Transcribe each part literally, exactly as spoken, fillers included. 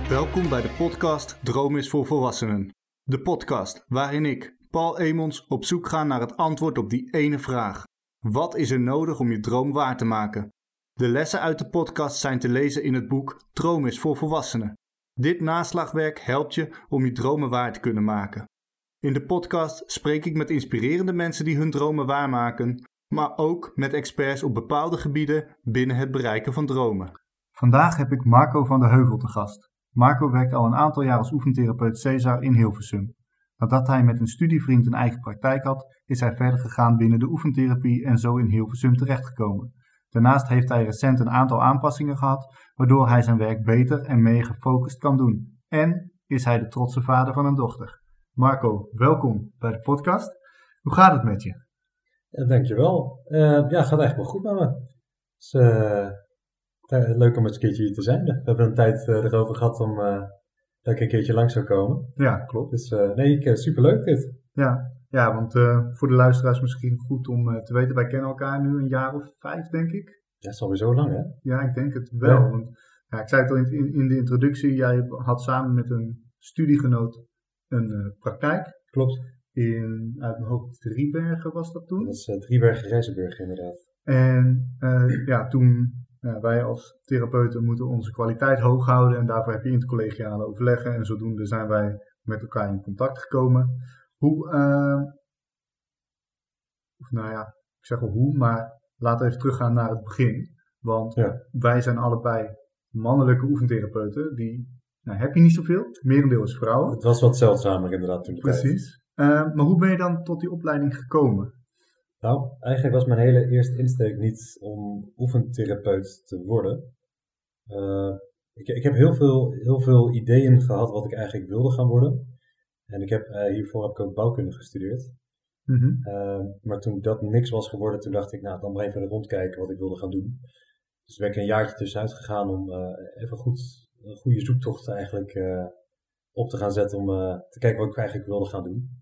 Welkom bij de podcast Droom is voor Volwassenen. De podcast waarin ik, Paul Emons, op zoek ga naar het antwoord op die ene vraag. Wat is er nodig om je droom waar te maken? De lessen uit de podcast zijn te lezen in het boek Droom is voor Volwassenen. Dit naslagwerk helpt je om je dromen waar te kunnen maken. In de podcast spreek ik met inspirerende mensen die hun dromen waarmaken, maar ook met experts op bepaalde gebieden binnen het bereiken van dromen. Vandaag heb ik Marco van der Heuvel te gast. Marco werkt al een aantal jaar als oefentherapeut Cesar in Hilversum. Nadat hij met een studievriend een eigen praktijk had, is hij verder gegaan binnen de oefentherapie en zo in Hilversum terechtgekomen. Daarnaast heeft hij recent een aantal aanpassingen gehad, waardoor hij zijn werk beter en meer gefocust kan doen. En is hij de trotse vader van een dochter. Marco, welkom bij de podcast. Hoe gaat het met je? Ja, dankjewel. Uh, ja, het gaat eigenlijk wel goed met me. Het is uh, leuk om eens een keertje hier te zijn. We hebben een tijd uh, erover gehad om uh, dat ik een keertje langs zou komen. Ja, klopt. Dus uh, nee, ik, superleuk dit. Ja, ja want uh, voor de luisteraars misschien goed om uh, te weten, wij kennen elkaar nu een jaar of vijf, denk ik. Dat is alweer zo lang, hè? Ja, ik denk het wel. Ja. Want, ja, ik zei het al in, in de introductie, jij had samen met een studiegenoot een uh, praktijk. Klopt. In, uit mijn hoofd Driebergen was dat toen? Dat is uh, Driebergen-Rijzenburg inderdaad. En uh, ja, toen, uh, wij als therapeuten moeten onze kwaliteit hoog houden en daarvoor heb je intercollegiale overleggen en zodoende zijn wij met elkaar in contact gekomen. Hoe, uh, of nou ja, ik zeg wel hoe, maar laten we even teruggaan naar het begin. Want ja. wij zijn allebei mannelijke oefentherapeuten, die nou, heb je niet zoveel, merendeel is vrouwen. Het was wat zeldzamer inderdaad toen de tijd. Precies. Uh, maar hoe ben je dan tot die opleiding gekomen? Nou, eigenlijk was mijn hele eerste insteek niet om oefentherapeut te worden. Uh, ik, ik heb heel veel, heel veel ideeën gehad wat ik eigenlijk wilde gaan worden. En ik heb, uh, hiervoor heb ik ook bouwkunde gestudeerd. Mm-hmm. Uh, maar toen dat niks was geworden, toen dacht ik, nou, dan maar even rondkijken wat ik wilde gaan doen. Dus ben ik een jaartje tussenuit gegaan om uh, even goed, een goede zoektocht eigenlijk uh, op te gaan zetten om uh, te kijken wat ik eigenlijk wilde gaan doen.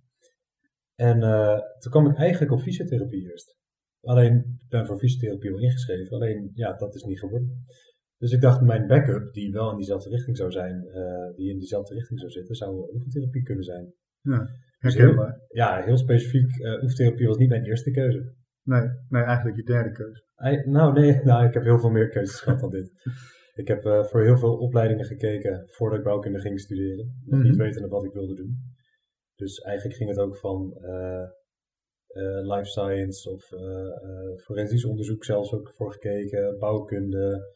En uh, toen kwam ik eigenlijk op fysiotherapie eerst. Alleen, ik ben voor fysiotherapie al ingeschreven, alleen ja, dat is niet geworden. Dus ik dacht, mijn backup, die wel in diezelfde richting zou zijn, uh, die in diezelfde richting zou zitten, zou oefentherapie kunnen zijn. Ja, herkenbaar. Dus heel, ja, heel specifiek, uh, oefentherapie was niet mijn eerste keuze. Nee, nee, eigenlijk je derde keuze. I, nou, nee, nou, ik heb heel veel meer keuzes gehad dan dit. Ik heb uh, voor heel veel opleidingen gekeken voordat ik bouwkunde ging studeren. Nog mm-hmm. niet wetende wat ik wilde doen. Dus eigenlijk ging het ook van uh, uh, life science of uh, uh, forensisch onderzoek zelfs ook voor gekeken. Bouwkunde,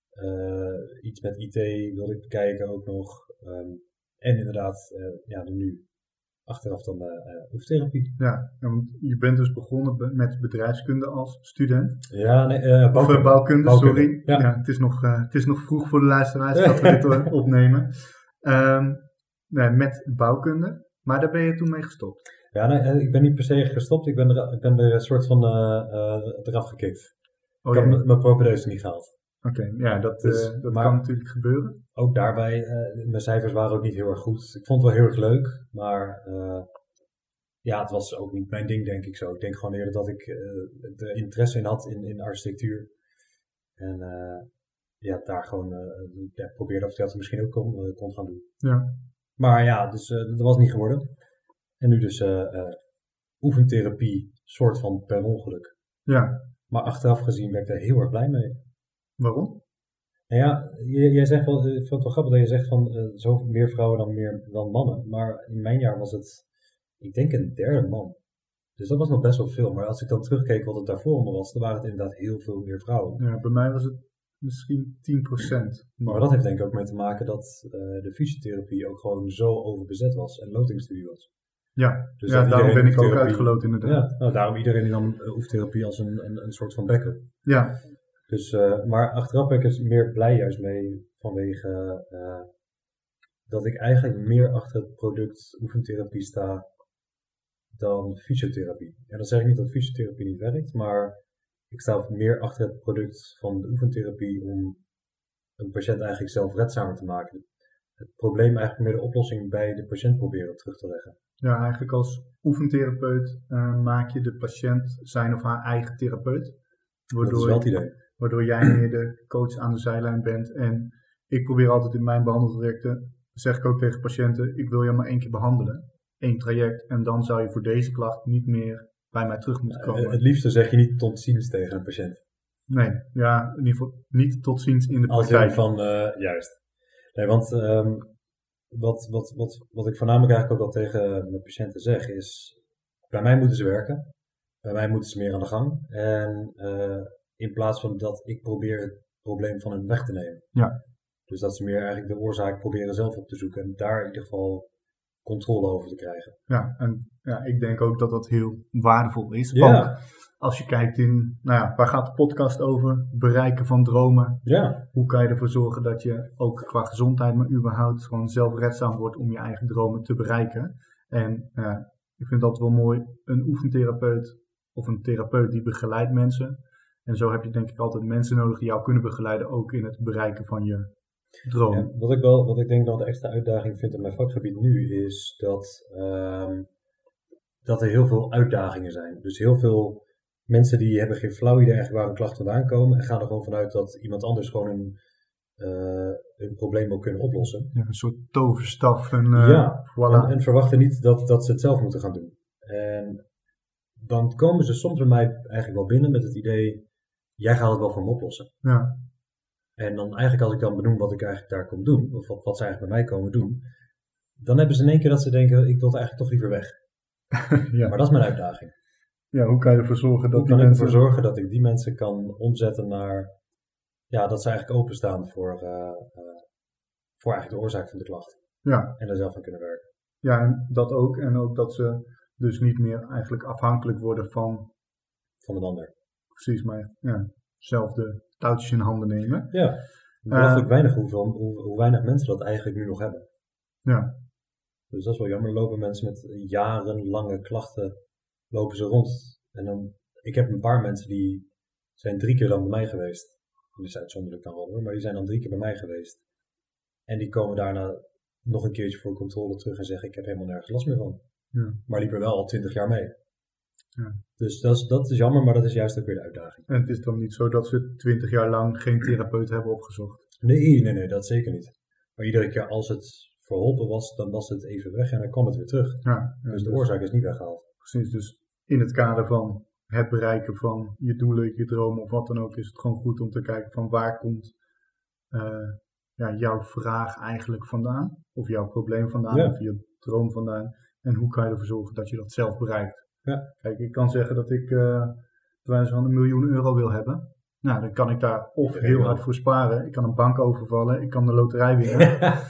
uh, iets met I T wilde ik bekijken ook nog. Um, en inderdaad, uh, ja, nu achteraf dan uh, uh, oefentherapie. Ja, want je bent dus begonnen met bedrijfskunde als student. Ja, nee, uh, bouwkunde. Of, uh, bouwkunde, bouwkunde, sorry. Ja. Ja, het, is nog, uh, het is nog vroeg voor de luisteraars dat we dit opnemen. Um, nee, met bouwkunde. Maar daar ben je toen mee gestopt? Ja, nee, ik ben niet per se gestopt. Ik ben er, ik ben er een soort van uh, uh, eraf gekikt. Oh, ik ja. heb mijn propedeuse niet gehaald. Oké, okay, ja, dat, dus, uh, dat kan natuurlijk gebeuren. Ook daarbij, uh, mijn cijfers waren ook niet heel erg goed. Ik vond het wel heel erg leuk, maar uh, ja, het was ook niet mijn ding, denk ik zo. Ik denk gewoon eerder dat ik uh, er interesse in had in, in architectuur. En uh, ja, daar gewoon uh, ja, probeerde of dat misschien ook kon, uh, kon gaan doen. Ja. Maar ja, dus uh, dat was niet geworden. En nu dus uh, uh, oefentherapie, soort van per ongeluk. Ja. Maar achteraf gezien ben ik daar heel erg blij mee. Waarom? Nou ja, jij, jij zegt wel, ik vond het wel grappig dat je zegt van uh, zo meer vrouwen dan, meer, dan mannen. Maar in mijn jaar was het, ik denk een derde man. Dus dat was nog best wel veel. Maar als ik dan terugkeek wat het daarvoor me was, dan waren het inderdaad heel veel meer vrouwen. Ja, bij mij was het misschien tien procent. Maar, maar dat heeft denk ik ook mee te maken dat uh, de fysiotherapie ook gewoon zo overbezet was en lotingstudie was. Ja, dus ja daarom ben ik ook uitgeloot inderdaad. Ja, nou, daarom iedereen die nam uh, oefentherapie als een, een, een soort van backup. Ja. Dus, uh, maar achteraf ben ik er meer blij juist mee vanwege uh, dat ik eigenlijk meer achter het product oefentherapie sta dan fysiotherapie. En dan zeg ik niet dat fysiotherapie niet werkt, maar ik sta meer achter het product van de oefentherapie om een patiënt eigenlijk zelfredzamer te maken. Het probleem eigenlijk meer de oplossing bij de patiënt proberen terug te leggen. Ja, eigenlijk als oefentherapeut uh, maak je de patiënt zijn of haar eigen therapeut. Waardoor, dat is wel het idee. Waardoor jij meer de coach aan de zijlijn bent en ik probeer altijd in mijn behandeltrajecten, zeg ik ook tegen patiënten, ik wil je maar één keer behandelen. Één traject en dan zou je voor deze klacht niet meer bij mij terug moeten komen. Uh, het liefste zeg je niet tot ziens tegen een patiënt. Nee, ja, in ieder geval niet tot ziens in de praktijk. Als in van, uh, juist. Nee, want um, wat, wat, wat, wat ik voornamelijk eigenlijk ook al tegen mijn patiënten zeg is, bij mij moeten ze werken. Bij mij moeten ze meer aan de gang. En uh, in plaats van dat ik probeer het probleem van hen weg te nemen. Ja. Dus dat ze meer eigenlijk de oorzaak proberen zelf op te zoeken. En daar in ieder geval controle over te krijgen. Ja, en ja, ik denk ook dat dat heel waardevol is. Ja. Ook als je kijkt in, nou ja, waar gaat de podcast over? Bereiken van dromen. Ja. Hoe kan je ervoor zorgen dat je ook qua gezondheid, maar überhaupt gewoon zelfredzaam wordt om je eigen dromen te bereiken. En uh, ik vind dat wel mooi, een oefentherapeut of een therapeut die begeleidt mensen. En zo heb je denk ik altijd mensen nodig die jou kunnen begeleiden, ook in het bereiken van je droom. Ja, wat ik wel, wat ik denk dat de extra uitdaging vind in mijn vakgebied nu is dat, um, dat er heel veel uitdagingen zijn. Dus heel veel mensen die hebben geen flauw idee eigenlijk waar hun klachten vandaan komen en gaan er gewoon vanuit dat iemand anders gewoon hun, uh, hun probleem ook kunnen oplossen. Ja, een soort toverstaf en, uh, ja, voilà. en, en verwachten niet dat, dat ze het zelf moeten gaan doen. En dan komen ze soms bij mij eigenlijk wel binnen met het idee, jij gaat het wel voor me oplossen. Ja. En dan eigenlijk als ik dan benoem wat ik eigenlijk daar kom doen, of wat, wat ze eigenlijk bij mij komen doen, dan hebben ze in één keer dat ze denken, ik wil het eigenlijk toch liever weg. Ja. Maar dat is mijn uitdaging. Ja, hoe kan je ervoor zorgen dat hoe kan die ik mensen... ervoor zorgen dat ik die mensen kan omzetten naar, ja, dat ze eigenlijk openstaan voor, uh, uh, voor eigenlijk de oorzaak van de klacht. Ja. En daar zelf aan kunnen werken. Ja, en dat ook. En ook dat ze dus niet meer eigenlijk afhankelijk worden van... Van een ander. Precies, maar ja, zelf de touwtjes in handen nemen. Ja, belachelijk uh, weinig hoeveel, hoe, hoe weinig mensen dat eigenlijk nu nog hebben. Ja. Dus dat is wel jammer. Lopen mensen met jarenlange klachten, lopen ze rond. En dan, ik heb een paar mensen die zijn drie keer dan bij mij geweest. Die is uitzonderlijk dan wel hoor, maar die zijn dan drie keer bij mij geweest. En die komen daarna nog een keertje voor controle terug en zeggen ik heb helemaal nergens last meer van. Ja. Maar liepen wel al twintig jaar mee. Ja. Dus dat is, dat is jammer, maar dat is juist ook weer de uitdaging. En het is dan niet zo dat ze twintig jaar lang geen therapeut hebben opgezocht? Nee, nee, nee, dat zeker niet. Maar iedere keer als het verholpen was, dan was het even weg en dan kwam het weer terug. Ja, ja, dus de dus, oorzaak is niet weggehaald. Precies, dus in het kader van het bereiken van je doelen, je dromen of wat dan ook, is het gewoon goed om te kijken van waar komt uh, ja, jouw vraag eigenlijk vandaan? Of jouw probleem vandaan, ja. Of je droom vandaan. En hoe kan je ervoor zorgen dat je dat zelf bereikt? Ja. Kijk, ik kan zeggen dat ik uh, van een miljoen euro wil hebben. Nou, dan kan ik daar of ja, heel hard voor sparen. Ik kan een bank overvallen. Ik kan de loterij winnen. ja.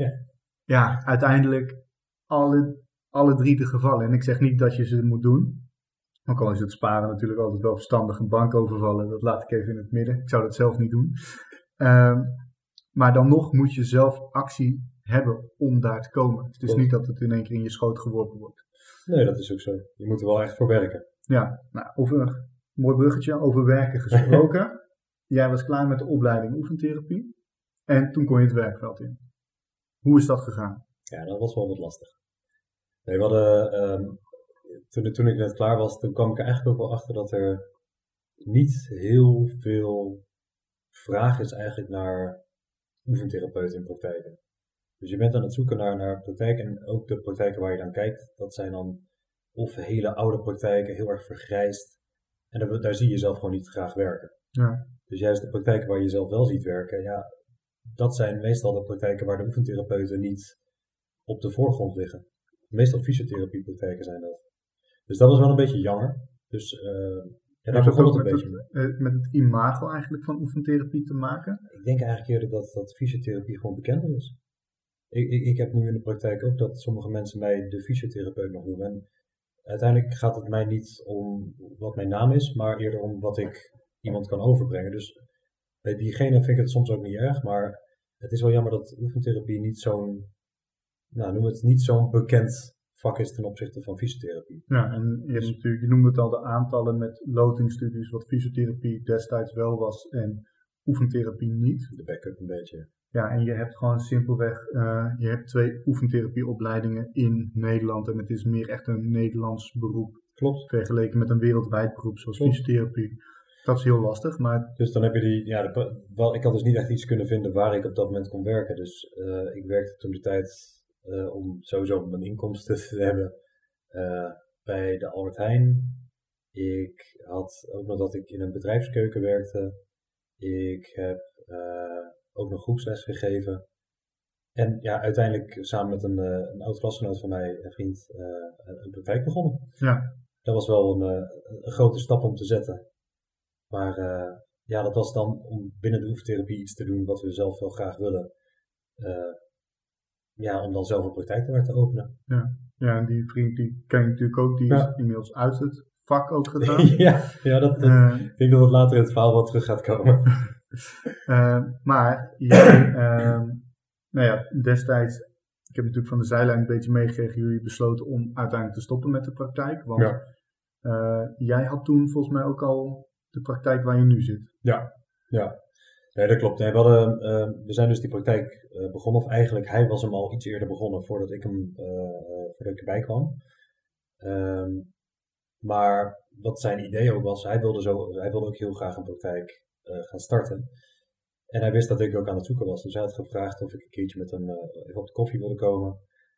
ja, uiteindelijk alle, alle drie de gevallen. En ik zeg niet dat je ze moet doen. Ook al is het sparen natuurlijk altijd wel verstandig. Een bank overvallen, dat laat ik even in het midden. Ik zou dat zelf niet doen. Uh, maar dan nog moet je zelf actie hebben om daar te komen. Het is dus niet dat het in één keer in je schoot geworpen wordt. Nee, dat is ook zo. Je moet er wel echt voor werken. Ja, nou, over een mooi bruggetje, over werken gesproken. Jij was klaar met de opleiding oefentherapie. En toen kon je het werkveld in. Hoe is dat gegaan? Ja, dat was wel wat lastig. Nee, we hadden, um, toen, toen ik net klaar was, toen kwam ik er eigenlijk ook wel achter dat er niet heel veel vraag is eigenlijk naar oefentherapeuten in praktijken. Dus je bent aan het zoeken naar, naar praktijken en ook de praktijken waar je dan kijkt, dat zijn dan of hele oude praktijken, heel erg vergrijsd. En daar, daar zie je zelf gewoon niet graag werken. Ja. Dus juist de praktijken waar je zelf wel ziet werken, ja, dat zijn meestal de praktijken waar de oefentherapeuten niet op de voorgrond liggen. Meestal fysiotherapiepraktijken zijn dat. Dus dat was wel een beetje jammer. Dus uh, ja, daar begon het een beetje mee. Met het imago eigenlijk van oefentherapie te maken? Ik denk eigenlijk eerder dat, dat fysiotherapie gewoon bekender is. Ik, ik, ik heb nu in de praktijk ook dat sommige mensen mij de fysiotherapeut nog noemen. En uiteindelijk gaat het mij niet om wat mijn naam is, maar eerder om wat ik iemand kan overbrengen. Dus bij diegene vind ik het soms ook niet erg, maar het is wel jammer dat oefentherapie niet zo'n, nou noem het niet zo'n bekend vak is ten opzichte van fysiotherapie. Ja, en je, hebt natuurlijk, je noemde het al de aantallen met lotingstudies, wat fysiotherapie destijds wel was en oefentherapie niet. De backup een beetje. Ja, en je hebt gewoon simpelweg, uh, je hebt twee oefentherapieopleidingen in Nederland en het is meer echt een Nederlands beroep. Klopt. Vergeleken met een wereldwijd beroep zoals Klopt. fysiotherapie. Dat is heel lastig, maar... Dus dan heb je die, ja, de, wel, ik had dus niet echt iets kunnen vinden waar ik op dat moment kon werken. Dus uh, ik werkte toen de tijd uh, om sowieso mijn inkomsten te hebben uh, bij de Albert Heijn. Ik had ook nog dat ik in een bedrijfskeuken werkte. Ik heb uh, ook nog groepsles gegeven. En ja, uiteindelijk samen met een, uh, een oud klasgenoot van mij, een vriend, uh, een praktijk begonnen. Ja. Dat was wel een, uh, een grote stap om te zetten. Maar uh, ja, dat was dan om binnen de oefentherapie iets te doen wat we zelf wel graag willen. Uh, ja, om dan zelf een praktijk te te openen. Ja, ja, en die vriend die ken je natuurlijk ook, die ja. is inmiddels uit het vak ook gegaan. ja, ja dat, dat, uh, ik denk dat het later in het verhaal wat terug gaat komen. uh, maar jij, uh, nou ja, destijds, ik heb natuurlijk van de zijlijn een beetje meegekregen, jullie besloten om uiteindelijk te stoppen met de praktijk. Want ja. uh, jij had toen volgens mij ook al de praktijk waar je nu zit. Ja, ja. Nee, dat klopt. Nee, we, hadden, uh, we zijn dus die praktijk uh, begonnen, of eigenlijk hij was hem al iets eerder begonnen voordat ik, hem, uh, voordat ik erbij kwam. Um, maar wat zijn idee ook was, hij wilde, zo, hij wilde ook heel graag een praktijk uh, gaan starten. En hij wist dat ik ook aan het zoeken was, dus hij had gevraagd of ik een keertje met hem uh, even op de koffie wilde komen.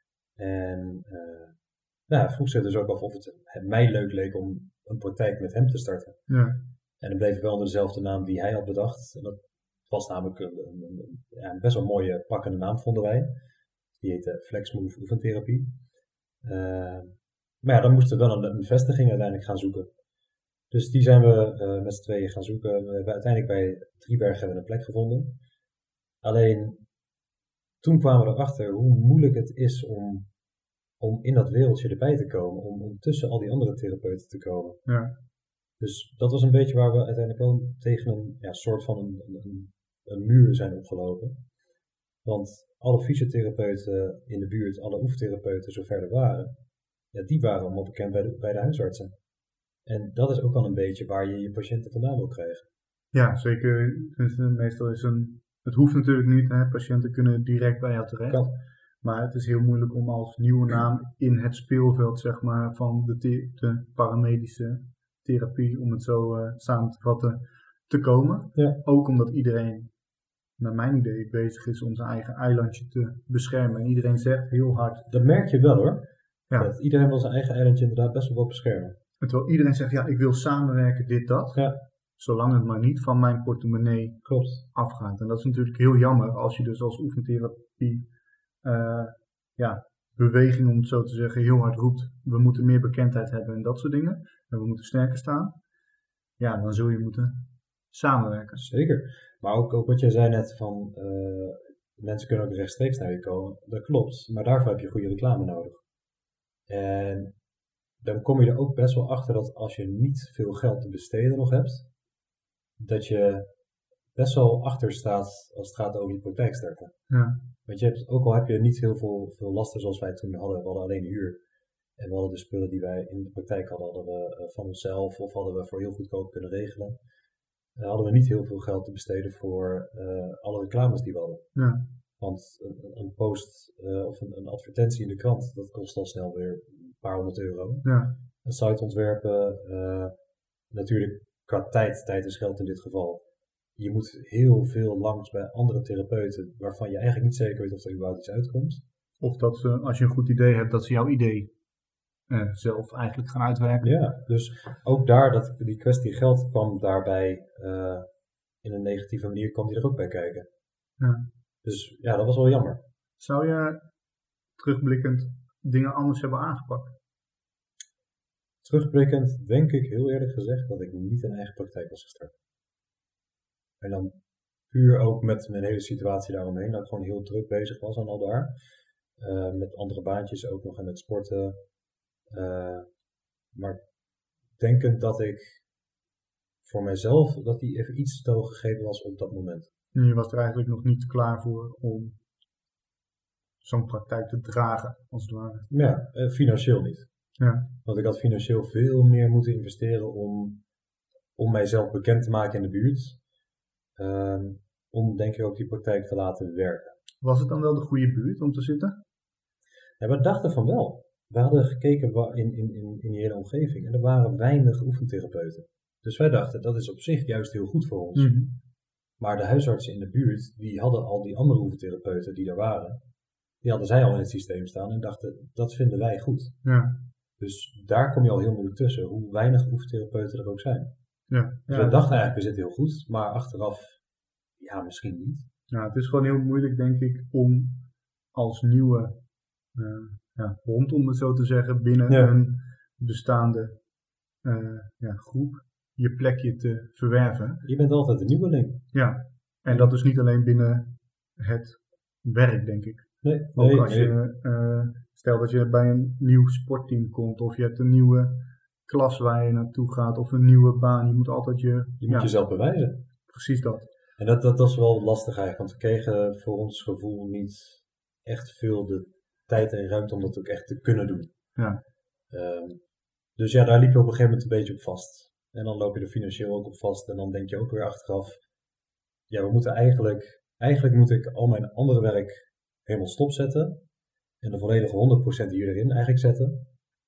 En uh, nou, vroeg zich dus ook af of het, het mij leuk leek om een praktijk met hem te starten. Ja. En dan bleef ik wel onder dezelfde naam die hij had bedacht. En dat was namelijk een, een, een, ja, een best wel mooie pakkende naam, vonden wij. Die heette FlexMove Oefentherapie. Uh, maar ja, dan moesten we wel een, een vestiging uiteindelijk gaan zoeken. Dus die zijn we uh, met z'n tweeën gaan zoeken. We hebben uiteindelijk bij Driebergen hebben we een plek gevonden. Alleen, toen kwamen we erachter hoe moeilijk het is om, om in dat wereldje erbij te komen. Om, om tussen al die andere therapeuten te komen. Ja. Dus dat was een beetje waar we uiteindelijk wel tegen een ja, soort van een, een, een muur zijn opgelopen. Want alle fysiotherapeuten in de buurt, alle oefentherapeuten zover er waren, ja, die waren allemaal bekend bij de, bij de huisartsen. En dat is ook wel een beetje waar je je patiënten vandaan wil krijgen. Ja, zeker. Dus meestal is een, het hoeft natuurlijk niet, hè? Patiënten kunnen direct bij jou terecht. Kan. Maar het is heel moeilijk om als nieuwe naam in het speelveld, zeg maar, van de, the- de paramedische therapie, om het zo uh, samen te vatten, te komen. Ja. Ook omdat iedereen, naar mijn idee, bezig is om zijn eigen eilandje te beschermen. En iedereen zegt heel hard. Dat merk je wel hoor. Ja. Dat iedereen wil zijn eigen eilandje inderdaad best wel wat beschermen. En terwijl iedereen zegt, ja, ik wil samenwerken, dit, dat. Ja. Zolang het maar niet van mijn portemonnee Klopt. afgaat. En dat is natuurlijk heel jammer als je dus als oefentherapie uh, ja, beweging, om het zo te zeggen, heel hard roept. We moeten meer bekendheid hebben en dat soort dingen. En we moeten sterker staan. Ja, dan zul je moeten samenwerken. Zeker. Maar ook, ook wat jij zei net van uh, mensen kunnen ook rechtstreeks naar je komen. Dat klopt. Maar daarvoor heb je goede reclame nodig. En dan kom je er ook best wel achter dat als je niet veel geld te besteden nog hebt, dat je best wel achter staat als het gaat over je praktijk starten. Ja. Want je hebt, ook al heb je niet heel veel, veel lasten zoals wij toen hadden, we hadden alleen huur. En we hadden de spullen die wij in de praktijk hadden, hadden we van onszelf of hadden we voor heel goedkoop kunnen regelen. Uh, hadden we niet heel veel geld te besteden voor uh, alle reclames die we hadden. Ja. Want een, een post uh, of een, een advertentie in de krant, dat kost al snel weer een paar honderd euro. Ja. Een site ontwerpen, uh, natuurlijk qua tijd, tijd is geld in dit geval. Je moet heel veel langs bij andere therapeuten waarvan je eigenlijk niet zeker weet of er überhaupt iets uitkomt. Of dat ze, als je een goed idee hebt, dat ze jouw idee uh, zelf eigenlijk gaan uitwerken. Ja, dus ook daar, dat, die kwestie geld kwam daarbij uh, in een negatieve manier, kwam die er ook bij kijken. Ja. Dus ja, dat was wel jammer. Zou je terugblikkend dingen anders hebben aangepakt? Terugblikkend denk ik heel eerlijk gezegd dat ik niet een eigen praktijk was gestart. En dan puur ook met mijn hele situatie daaromheen, dat ik gewoon heel druk bezig was en al daar. Uh, met andere baantjes ook nog en met sporten. Uh, maar denkend dat ik voor mijzelf, dat die even iets te hoog gegeven was op dat moment. En je was er eigenlijk nog niet klaar voor om zo'n praktijk te dragen, als het ware. Ja, uh, financieel niet. Ja. Want ik had financieel veel meer moeten investeren om, om mijzelf bekend te maken in de buurt. Um, om denk ik ook die praktijk te laten werken. Was het dan wel de goede buurt om te zitten? Ja, we dachten van wel. We hadden gekeken in, in, in, in die hele omgeving en er waren weinig oefentherapeuten. Dus wij dachten, dat is op zich juist heel goed voor ons. Mm-hmm. Maar de huisartsen in de buurt, die hadden al die andere oefentherapeuten die er waren, die hadden zij al in het systeem staan en dachten, dat vinden wij goed. Ja. Dus daar kom je al heel moeilijk tussen, hoe weinig oefentherapeuten er ook zijn. Ja. Dus Ja, we dachten eigenlijk, we zitten heel goed, maar achteraf, ja, misschien niet. Ja, het is gewoon heel moeilijk, denk ik, om als nieuwe uh, ja, hond, om het zo te zeggen, binnen Ja. een bestaande uh, ja, groep je plekje te verwerven. Je bent altijd een nieuweling. Ja, en dat is niet alleen binnen het werk, denk ik. Nee, Ook nee, als nee. je, uh, stel dat je bij een nieuw sportteam komt, of je hebt een nieuwe klas waar je naartoe gaat, of een nieuwe baan, je moet altijd je... Je moet ja, jezelf bewijzen. Precies dat. En dat, dat, dat is wel lastig eigenlijk, want we kregen voor ons gevoel niet echt veel de tijd en ruimte om dat ook echt te kunnen doen. Ja. Um, dus ja, daar liep je op een gegeven moment een beetje op vast. En dan loop je er financieel ook op vast en dan denk je ook weer achteraf, ja, we moeten eigenlijk, eigenlijk moet ik al mijn andere werk helemaal stopzetten en de volledige honderd procent hier erin eigenlijk zetten.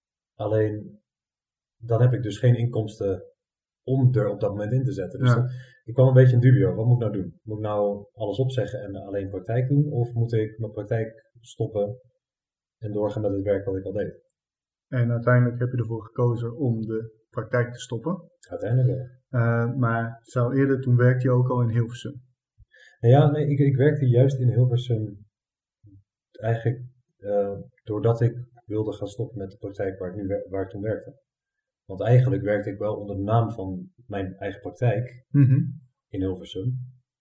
Alleen, dan heb ik dus geen inkomsten om er op dat moment in te zetten. Dus Ja. dan, ik kwam een beetje in dubio. Wat moet ik nou doen? Moet ik nou alles opzeggen en alleen praktijk doen? Of moet ik mijn praktijk stoppen en doorgaan met het werk wat ik al deed? En uiteindelijk heb je ervoor gekozen om de praktijk te stoppen. Uiteindelijk wel. Uh, maar zou eerder, toen werkte je ook al in Hilversum. Nou ja, nee, ik, ik werkte juist in Hilversum eigenlijk uh, doordat ik wilde gaan stoppen met de praktijk waar ik, nu, waar ik toen werkte. Want eigenlijk werkte ik wel onder de naam van mijn eigen praktijk mm-hmm. in Hilversum.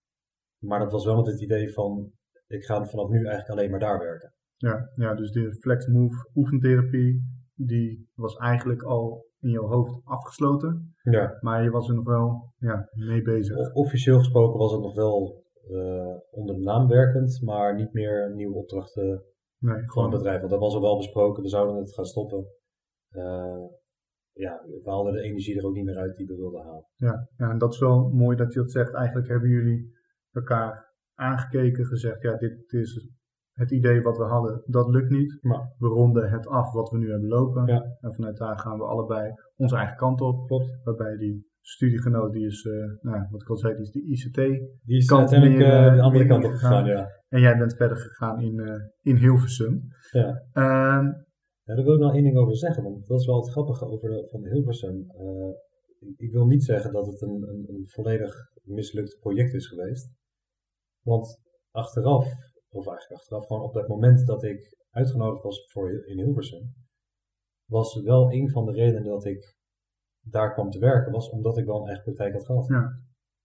Maar dat was wel met het idee van, ik ga vanaf nu eigenlijk alleen maar daar werken. Ja, ja, dus de FlexMove oefentherapie, die was eigenlijk al in jouw hoofd afgesloten. Ja. Maar je was er nog wel ja, mee bezig. O- officieel gesproken was het nog wel uh, onder de naam werkend, maar niet meer nieuwe opdrachten nee, van gewoon... het bedrijf. Want dat was al wel besproken, we zouden het gaan stoppen. Uh, ja, we haalden de energie er ook niet meer uit die we wilden halen. Ja, ja, en dat is wel mooi dat je dat zegt. Eigenlijk hebben jullie elkaar aangekeken, gezegd, ja, dit is het idee wat we hadden, dat lukt niet. Maar. We ronden het af wat we nu hebben lopen. Ja. En vanuit daar gaan we allebei onze eigen kant op. Klopt. Waarbij die studiegenoot, die is, uh, nou, wat ik al zei, die is de I C T. Die is uiteindelijk meer, uh, de andere kant op gegaan, gegaan, ja. En jij bent verder gegaan in, uh, in Hilversum. Ja. Uh, Ja, daar wil ik nog één ding over zeggen, want dat is wel het grappige over de, van Hilversum. Uh, ik, ik wil niet zeggen dat het een, een, een volledig mislukt project is geweest. Want achteraf, of eigenlijk achteraf, gewoon op dat moment dat ik uitgenodigd was voor in Hilversum, was wel een van de redenen dat ik daar kwam te werken, was omdat ik wel een eigen praktijk had gehad. Ja.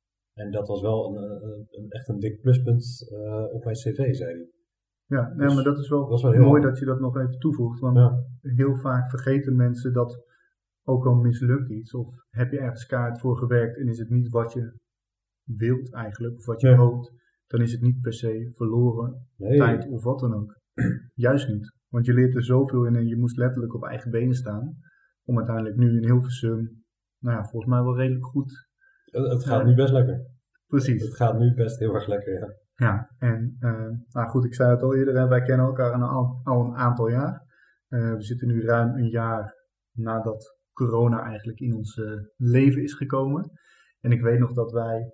En dat was wel een, een, een, echt een dik pluspunt uh, op mijn cv, zei hij. Ja, nee, dus, maar dat is wel, wel heel mooi mooi dat je dat nog even toevoegt. Want ja. heel vaak vergeten mensen dat ook al mislukt iets. Of heb je ergens kaart voor gewerkt en is het niet wat je wilt eigenlijk. Of wat je ja. hoopt. Dan is het niet per se verloren nee. tijd of wat dan ook. Juist niet. Want je leert er zoveel in en je moest letterlijk op eigen benen staan. Om uiteindelijk nu in Hilversum, nou ja, volgens mij wel redelijk goed. Het, het gaat uh, nu best lekker. Precies. Het gaat nu best heel erg lekker, ja. Ja, en uh, nou goed, ik zei het al eerder, hè, wij kennen elkaar al, al een aantal jaar. Uh, we zitten nu ruim een jaar nadat corona eigenlijk in ons uh, leven is gekomen. En ik weet nog dat wij,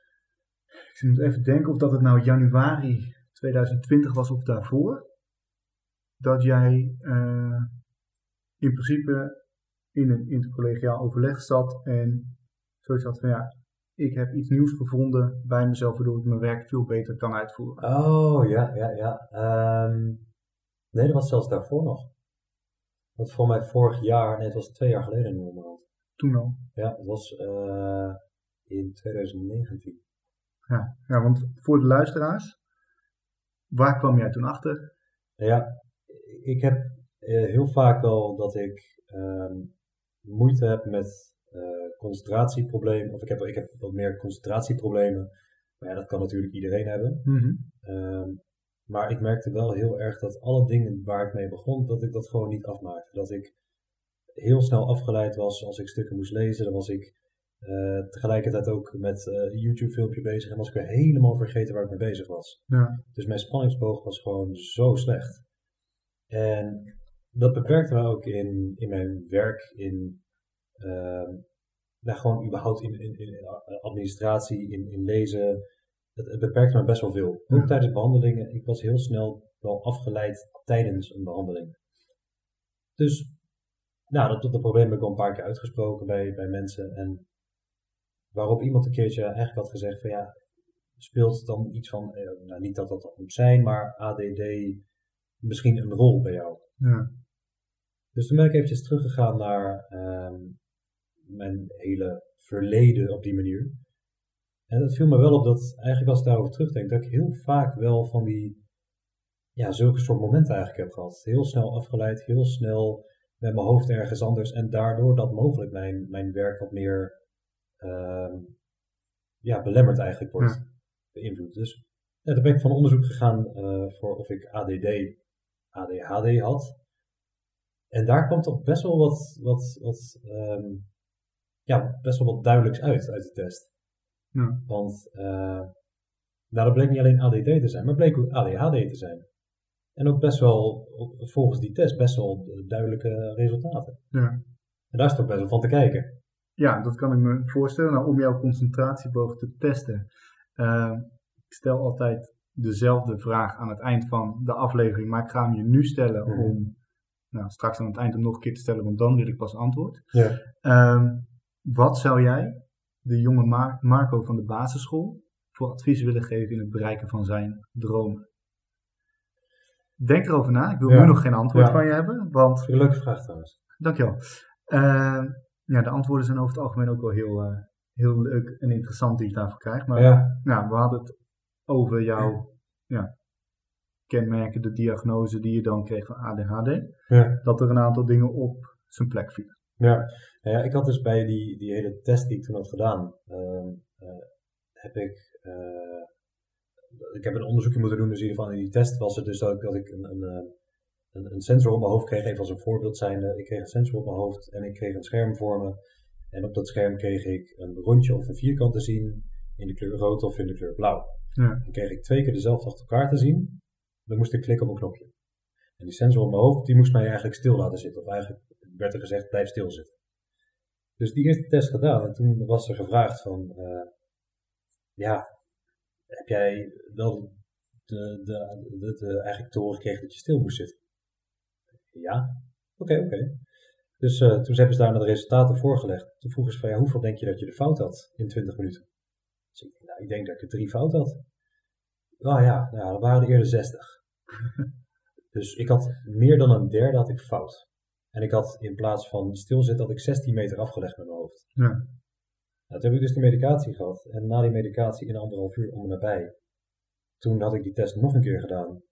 ik moet even denken of dat het nou januari tweeduizend twintig was of daarvoor. Dat jij uh, in principe in een intercollegiaal overleg zat en zoiets had van ja, ik heb iets nieuws gevonden bij mezelf waardoor ik mijn werk veel beter kan uitvoeren. Oh, ja, ja, ja. Um, nee, dat was zelfs daarvoor nog. Want voor mij vorig jaar, nee, het was twee jaar geleden nu onderhand. Toen al? Ja, het was uh, in tweeduizend negentien. Ja, ja, want voor de luisteraars, waar kwam jij toen achter? Ja, ik heb uh, heel vaak wel dat ik um, moeite heb met Uh, concentratieproblemen, of ik heb, ik heb wat meer concentratieproblemen, maar ja, dat kan natuurlijk iedereen hebben. Mm-hmm. Um, maar ik merkte wel heel erg dat alle dingen waar ik mee begon, dat ik dat gewoon niet afmaakte. Dat ik heel snel afgeleid was als ik stukken moest lezen, dan was ik uh, tegelijkertijd ook met uh, een YouTube filmpje bezig en was ik weer helemaal vergeten waar ik mee bezig was. Ja. Dus mijn spanningsboog was gewoon zo slecht. En dat beperkte me ook in, in mijn werk, in Uh, ja, gewoon überhaupt in, in, in administratie, in, in lezen, het, het beperkte me best wel veel. Ook Ja. tijdens behandelingen, ik was heel snel wel afgeleid tijdens een behandeling. Dus, nou, dat, dat probleem heb ik al een paar keer uitgesproken bij, bij mensen. En waarop iemand een keertje eigenlijk had gezegd van ja, speelt dan iets van, eh, nou niet dat dat dat moet zijn, maar A D D misschien een rol bij jou. Ja. Dus toen ben ik eventjes teruggegaan naar ehm, mijn hele verleden op die manier. En het viel me wel op dat eigenlijk als ik daarover terugdenk, dat ik heel vaak wel van die, ja, zulke soort momenten eigenlijk heb gehad. Heel snel afgeleid, heel snel met mijn hoofd ergens anders en daardoor dat mogelijk mijn, mijn werk wat meer ehm, ja, belemmerd eigenlijk wordt Ja. beïnvloed. Dus ja, toen ben ik van onderzoek gegaan uh, voor of ik A D D, A D H D had. En daar kwam toch best wel wat, wat, wat, um, ja, best wel wat duidelijks uit, uit de test. Ja. Want uh, nou, dat bleek niet alleen A D D te zijn, maar bleek ook A D H D te zijn. En ook best wel, volgens die test, best wel duidelijke resultaten. Ja. En daar is toch best wel van te kijken. Ja, dat kan ik me voorstellen. Nou, om jouw concentratieboog te testen. Uh, ik stel altijd dezelfde vraag aan het eind van de aflevering, maar ik ga hem je nu stellen mm-hmm. om, nou, straks aan het eind hem nog een keer te stellen, want dan wil ik pas antwoord. Ja. Um, wat zou jij de jonge Mar- Marco van de basisschool voor advies willen geven in het bereiken van zijn dromen? Denk erover na. Ik wil ja. nu nog geen antwoord ja. van je hebben, want... Dat is een leuke vraag trouwens. Dankjewel. Uh, ja, de antwoorden zijn over het algemeen ook wel heel, uh, heel leuk en interessant die je daarvoor krijgt. Maar ja. nou, we hadden het over jouw ja, kenmerken, de diagnose die je dan kreeg van A D H D. Ja. Dat er een aantal dingen op zijn plek vielen. Ja, ja ik had dus bij die, die hele test die ik toen had gedaan, uh, uh, heb ik... Uh, ik heb een onderzoekje moeten doen, dus in ieder geval in die test was het dus dat ik, dat ik een, een, een, een sensor op mijn hoofd kreeg, even als een voorbeeld zijnde. Ik kreeg een sensor op mijn hoofd en ik kreeg een scherm voor me. En op dat scherm kreeg ik een rondje of een vierkant te zien in de kleur rood of in de kleur blauw. Ja. En kreeg ik twee keer dezelfde achter elkaar te zien, dan moest ik klikken op een knopje. En die sensor op mijn hoofd, die moest mij eigenlijk stil laten zitten. Of eigenlijk werd er gezegd, blijf stil zitten. Dus die eerste test gedaan en toen was er gevraagd van, uh, ja... heb jij wel de, de, de, de, eigenlijk te horen gekregen dat je stil moest zitten? Ja, oké, okay, oké. Okay. Dus uh, toen hebben ze daar naar de resultaten voorgelegd. Toen vroegen ze van, ja, hoeveel denk je dat je de fout had in twintig minuten? Dus ik, nou, ik denk dat ik er drie fout had. Oh ja, nou, dat waren er eerder zestig. Dus ik had meer dan een derde had ik fout. En ik had in plaats van stilzitten, had ik zestien meter afgelegd met mijn hoofd. Ja. Nou, toen heb ik dus die medicatie gehad. En na die medicatie in anderhalf uur om en nabij. Toen had ik die test nog een keer gedaan.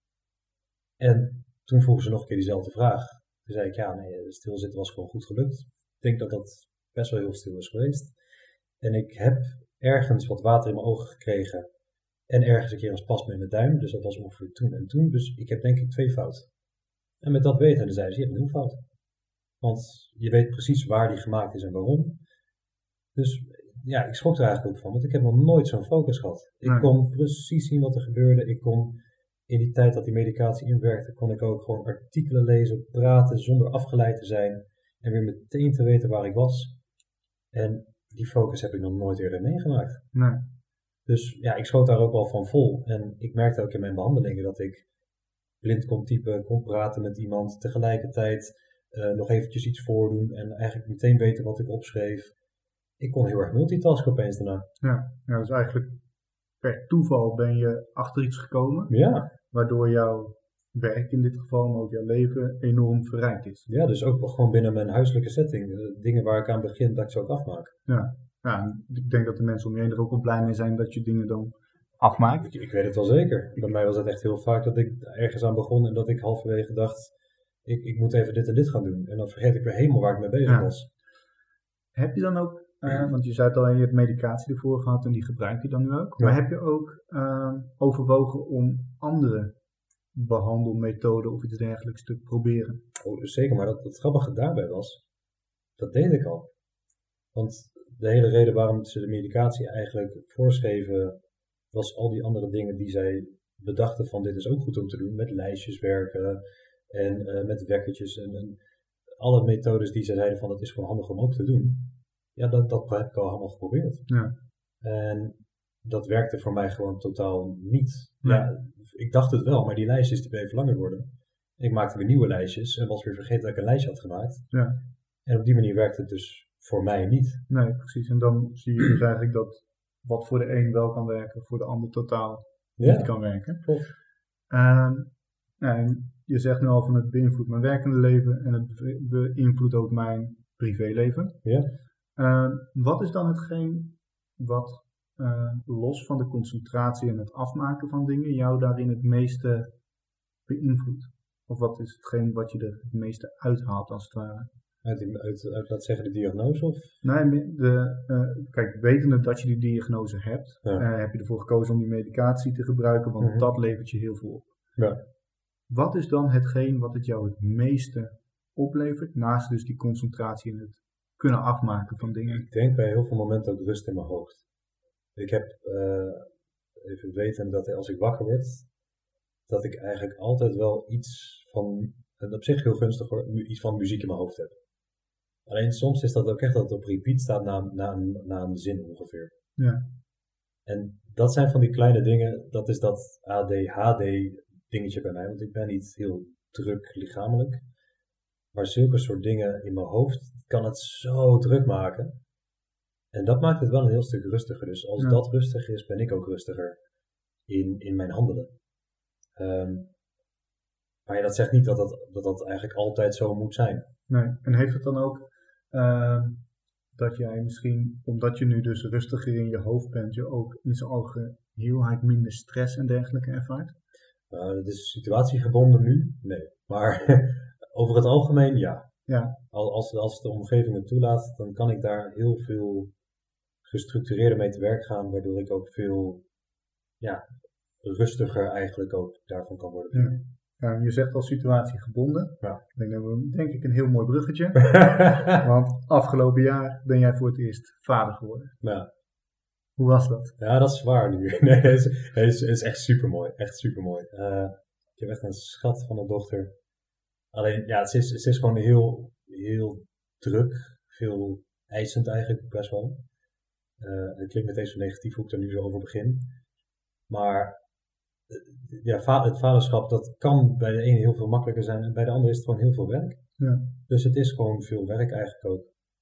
En toen vroegen ze nog een keer diezelfde vraag. Toen zei ik, ja, nee, stilzitten was gewoon goed gelukt. Ik denk dat dat best wel heel stil is geweest. En ik heb ergens wat water in mijn ogen gekregen. En ergens een keer een spasme in mijn duim. Dus dat was ongeveer toen en toen. Dus ik heb denk ik twee fouten. En met dat weten zeiden ze, je hebt nul fouten. Want je weet precies waar die gemaakt is en waarom. Dus ja, ik schrok er eigenlijk ook van, want ik heb nog nooit zo'n focus gehad. Ik nee. kon precies zien wat er gebeurde. Ik kon in die tijd dat die medicatie inwerkte, kon ik ook gewoon artikelen lezen, praten, zonder afgeleid te zijn. En weer meteen te weten waar ik was. En die focus heb ik nog nooit eerder meegemaakt. Nee. Dus ja, ik schoot daar ook wel van vol. En ik merkte ook in mijn behandelingen dat ik blind kon typen, kon praten met iemand, tegelijkertijd uh, nog eventjes iets voordoen en eigenlijk meteen weten wat ik opschreef. Ik kon heel erg multitasken opeens daarna. Ja, ja, dus eigenlijk per toeval ben je achter iets gekomen. Ja. Waardoor jouw werk in dit geval, maar ook jouw leven enorm verrijkt is. Ja, dus ook gewoon binnen mijn huiselijke setting. Uh, dingen waar ik aan begin, dat ik ze ook afmaak. Ja. Ja, ik denk dat de mensen om je heen er ook wel blij mee zijn dat je dingen dan afmaakt. Ik, ik weet het wel zeker. Bij mij was het echt heel vaak dat ik ergens aan begon en dat ik halverwege dacht, ik, ik moet even dit en dit gaan doen. En dan vergeet ik weer helemaal waar ik mee bezig ja. was. Heb je dan ook, uh, want je zei het al, je hebt medicatie ervoor gehad en die gebruik je dan nu ook. Ja. Maar heb je ook uh, overwogen om andere behandelmethoden of iets dergelijks te proberen? Oh, zeker, maar dat, het grappige daarbij was, dat deed ik al. Want de hele reden waarom ze de medicatie eigenlijk voorschreven, was al die andere dingen die zij bedachten van dit is ook goed om te doen, met lijstjes werken en uh, met wekkertjes en, en alle methodes die zij zeiden van het is gewoon handig om ook te doen. ja, dat, dat heb ik al allemaal geprobeerd. Ja. En dat werkte voor mij gewoon totaal niet. Nee. Ja, ik dacht het wel, maar die lijstjes die bleven langer worden. Ik maakte weer nieuwe lijstjes en was weer vergeten dat ik een lijstje had gemaakt. Ja. En op die manier werkte het dus voor mij niet. Nee, precies. En dan zie je dus eigenlijk dat wat voor de een wel kan werken, voor de ander totaal Ja, niet kan werken. klopt. Ehm, en je zegt nu al van het beïnvloedt mijn werkende leven en het be- beïnvloedt ook mijn privéleven. Ja. Ehm, wat is dan hetgeen wat eh, los van de concentratie en het afmaken van dingen jou daarin het meeste beïnvloedt? Of wat is hetgeen wat je er het meeste uithaalt als het ware? Uit, die- uit, uit laat zeggen de diagnose of? Nee, de, uh, kijk, wetende dat je die diagnose hebt, Ja. uh, heb je ervoor gekozen om die medicatie te gebruiken, want Mhm. dat levert je heel veel op. Ja. Wat is dan hetgeen wat het jou het meeste oplevert, naast dus die concentratie en het kunnen afmaken van dingen? Ik denk bij heel veel momenten ook rust in mijn hoofd. Ik heb uh, even weten dat als ik wakker word, dat ik eigenlijk altijd wel iets van, en op zich heel gunstig hoor, iets van muziek in mijn hoofd heb. Alleen soms is dat ook echt dat het op repeat staat na, na, een, na een zin ongeveer. Ja. En dat zijn van die kleine dingen, dat is dat A D H D dingetje bij mij, want ik ben niet heel druk lichamelijk. Maar zulke soort dingen in mijn hoofd kan het zo druk maken. En dat maakt het wel een heel stuk rustiger. Dus als Ja. dat rustig is, ben ik ook rustiger in, in mijn handelen. Um, maar ja, dat zegt niet dat dat, dat dat eigenlijk altijd zo moet zijn. Nee, en heeft het dan ook uh, dat jij misschien, omdat je nu dus rustiger in je hoofd bent, je ook in zijn algeheelheid minder stress en dergelijke ervaart? Uh, dat is situatiegebonden nu? Nee. Maar over het algemeen ja. Ja. Als, als de omgeving het toelaat, dan kan ik daar heel veel gestructureerder mee te werk gaan, waardoor ik ook veel ja, rustiger eigenlijk ook daarvan kan worden. Ja. Ja, je zegt al situatiegebonden. Ja. Ik denk dat we denk ik een heel mooi bruggetje. Want afgelopen jaar ben jij voor het eerst vader geworden. Ja. Hoe was dat? Ja, dat is waar nu. Nee, het is, het is, het is echt supermooi. Echt supermooi. Uh, ik heb echt een schat van een dochter. Alleen, ja, het is, het is gewoon heel, heel druk. Veel eisend eigenlijk, best wel. Uh, het klinkt meteen zo negatief hoe ik er nu zo over begin. Maar ja, va- het vaderschap, dat kan bij de ene heel veel makkelijker zijn en bij de andere is het gewoon heel veel werk. Ja. Dus het is gewoon veel werk eigenlijk ook.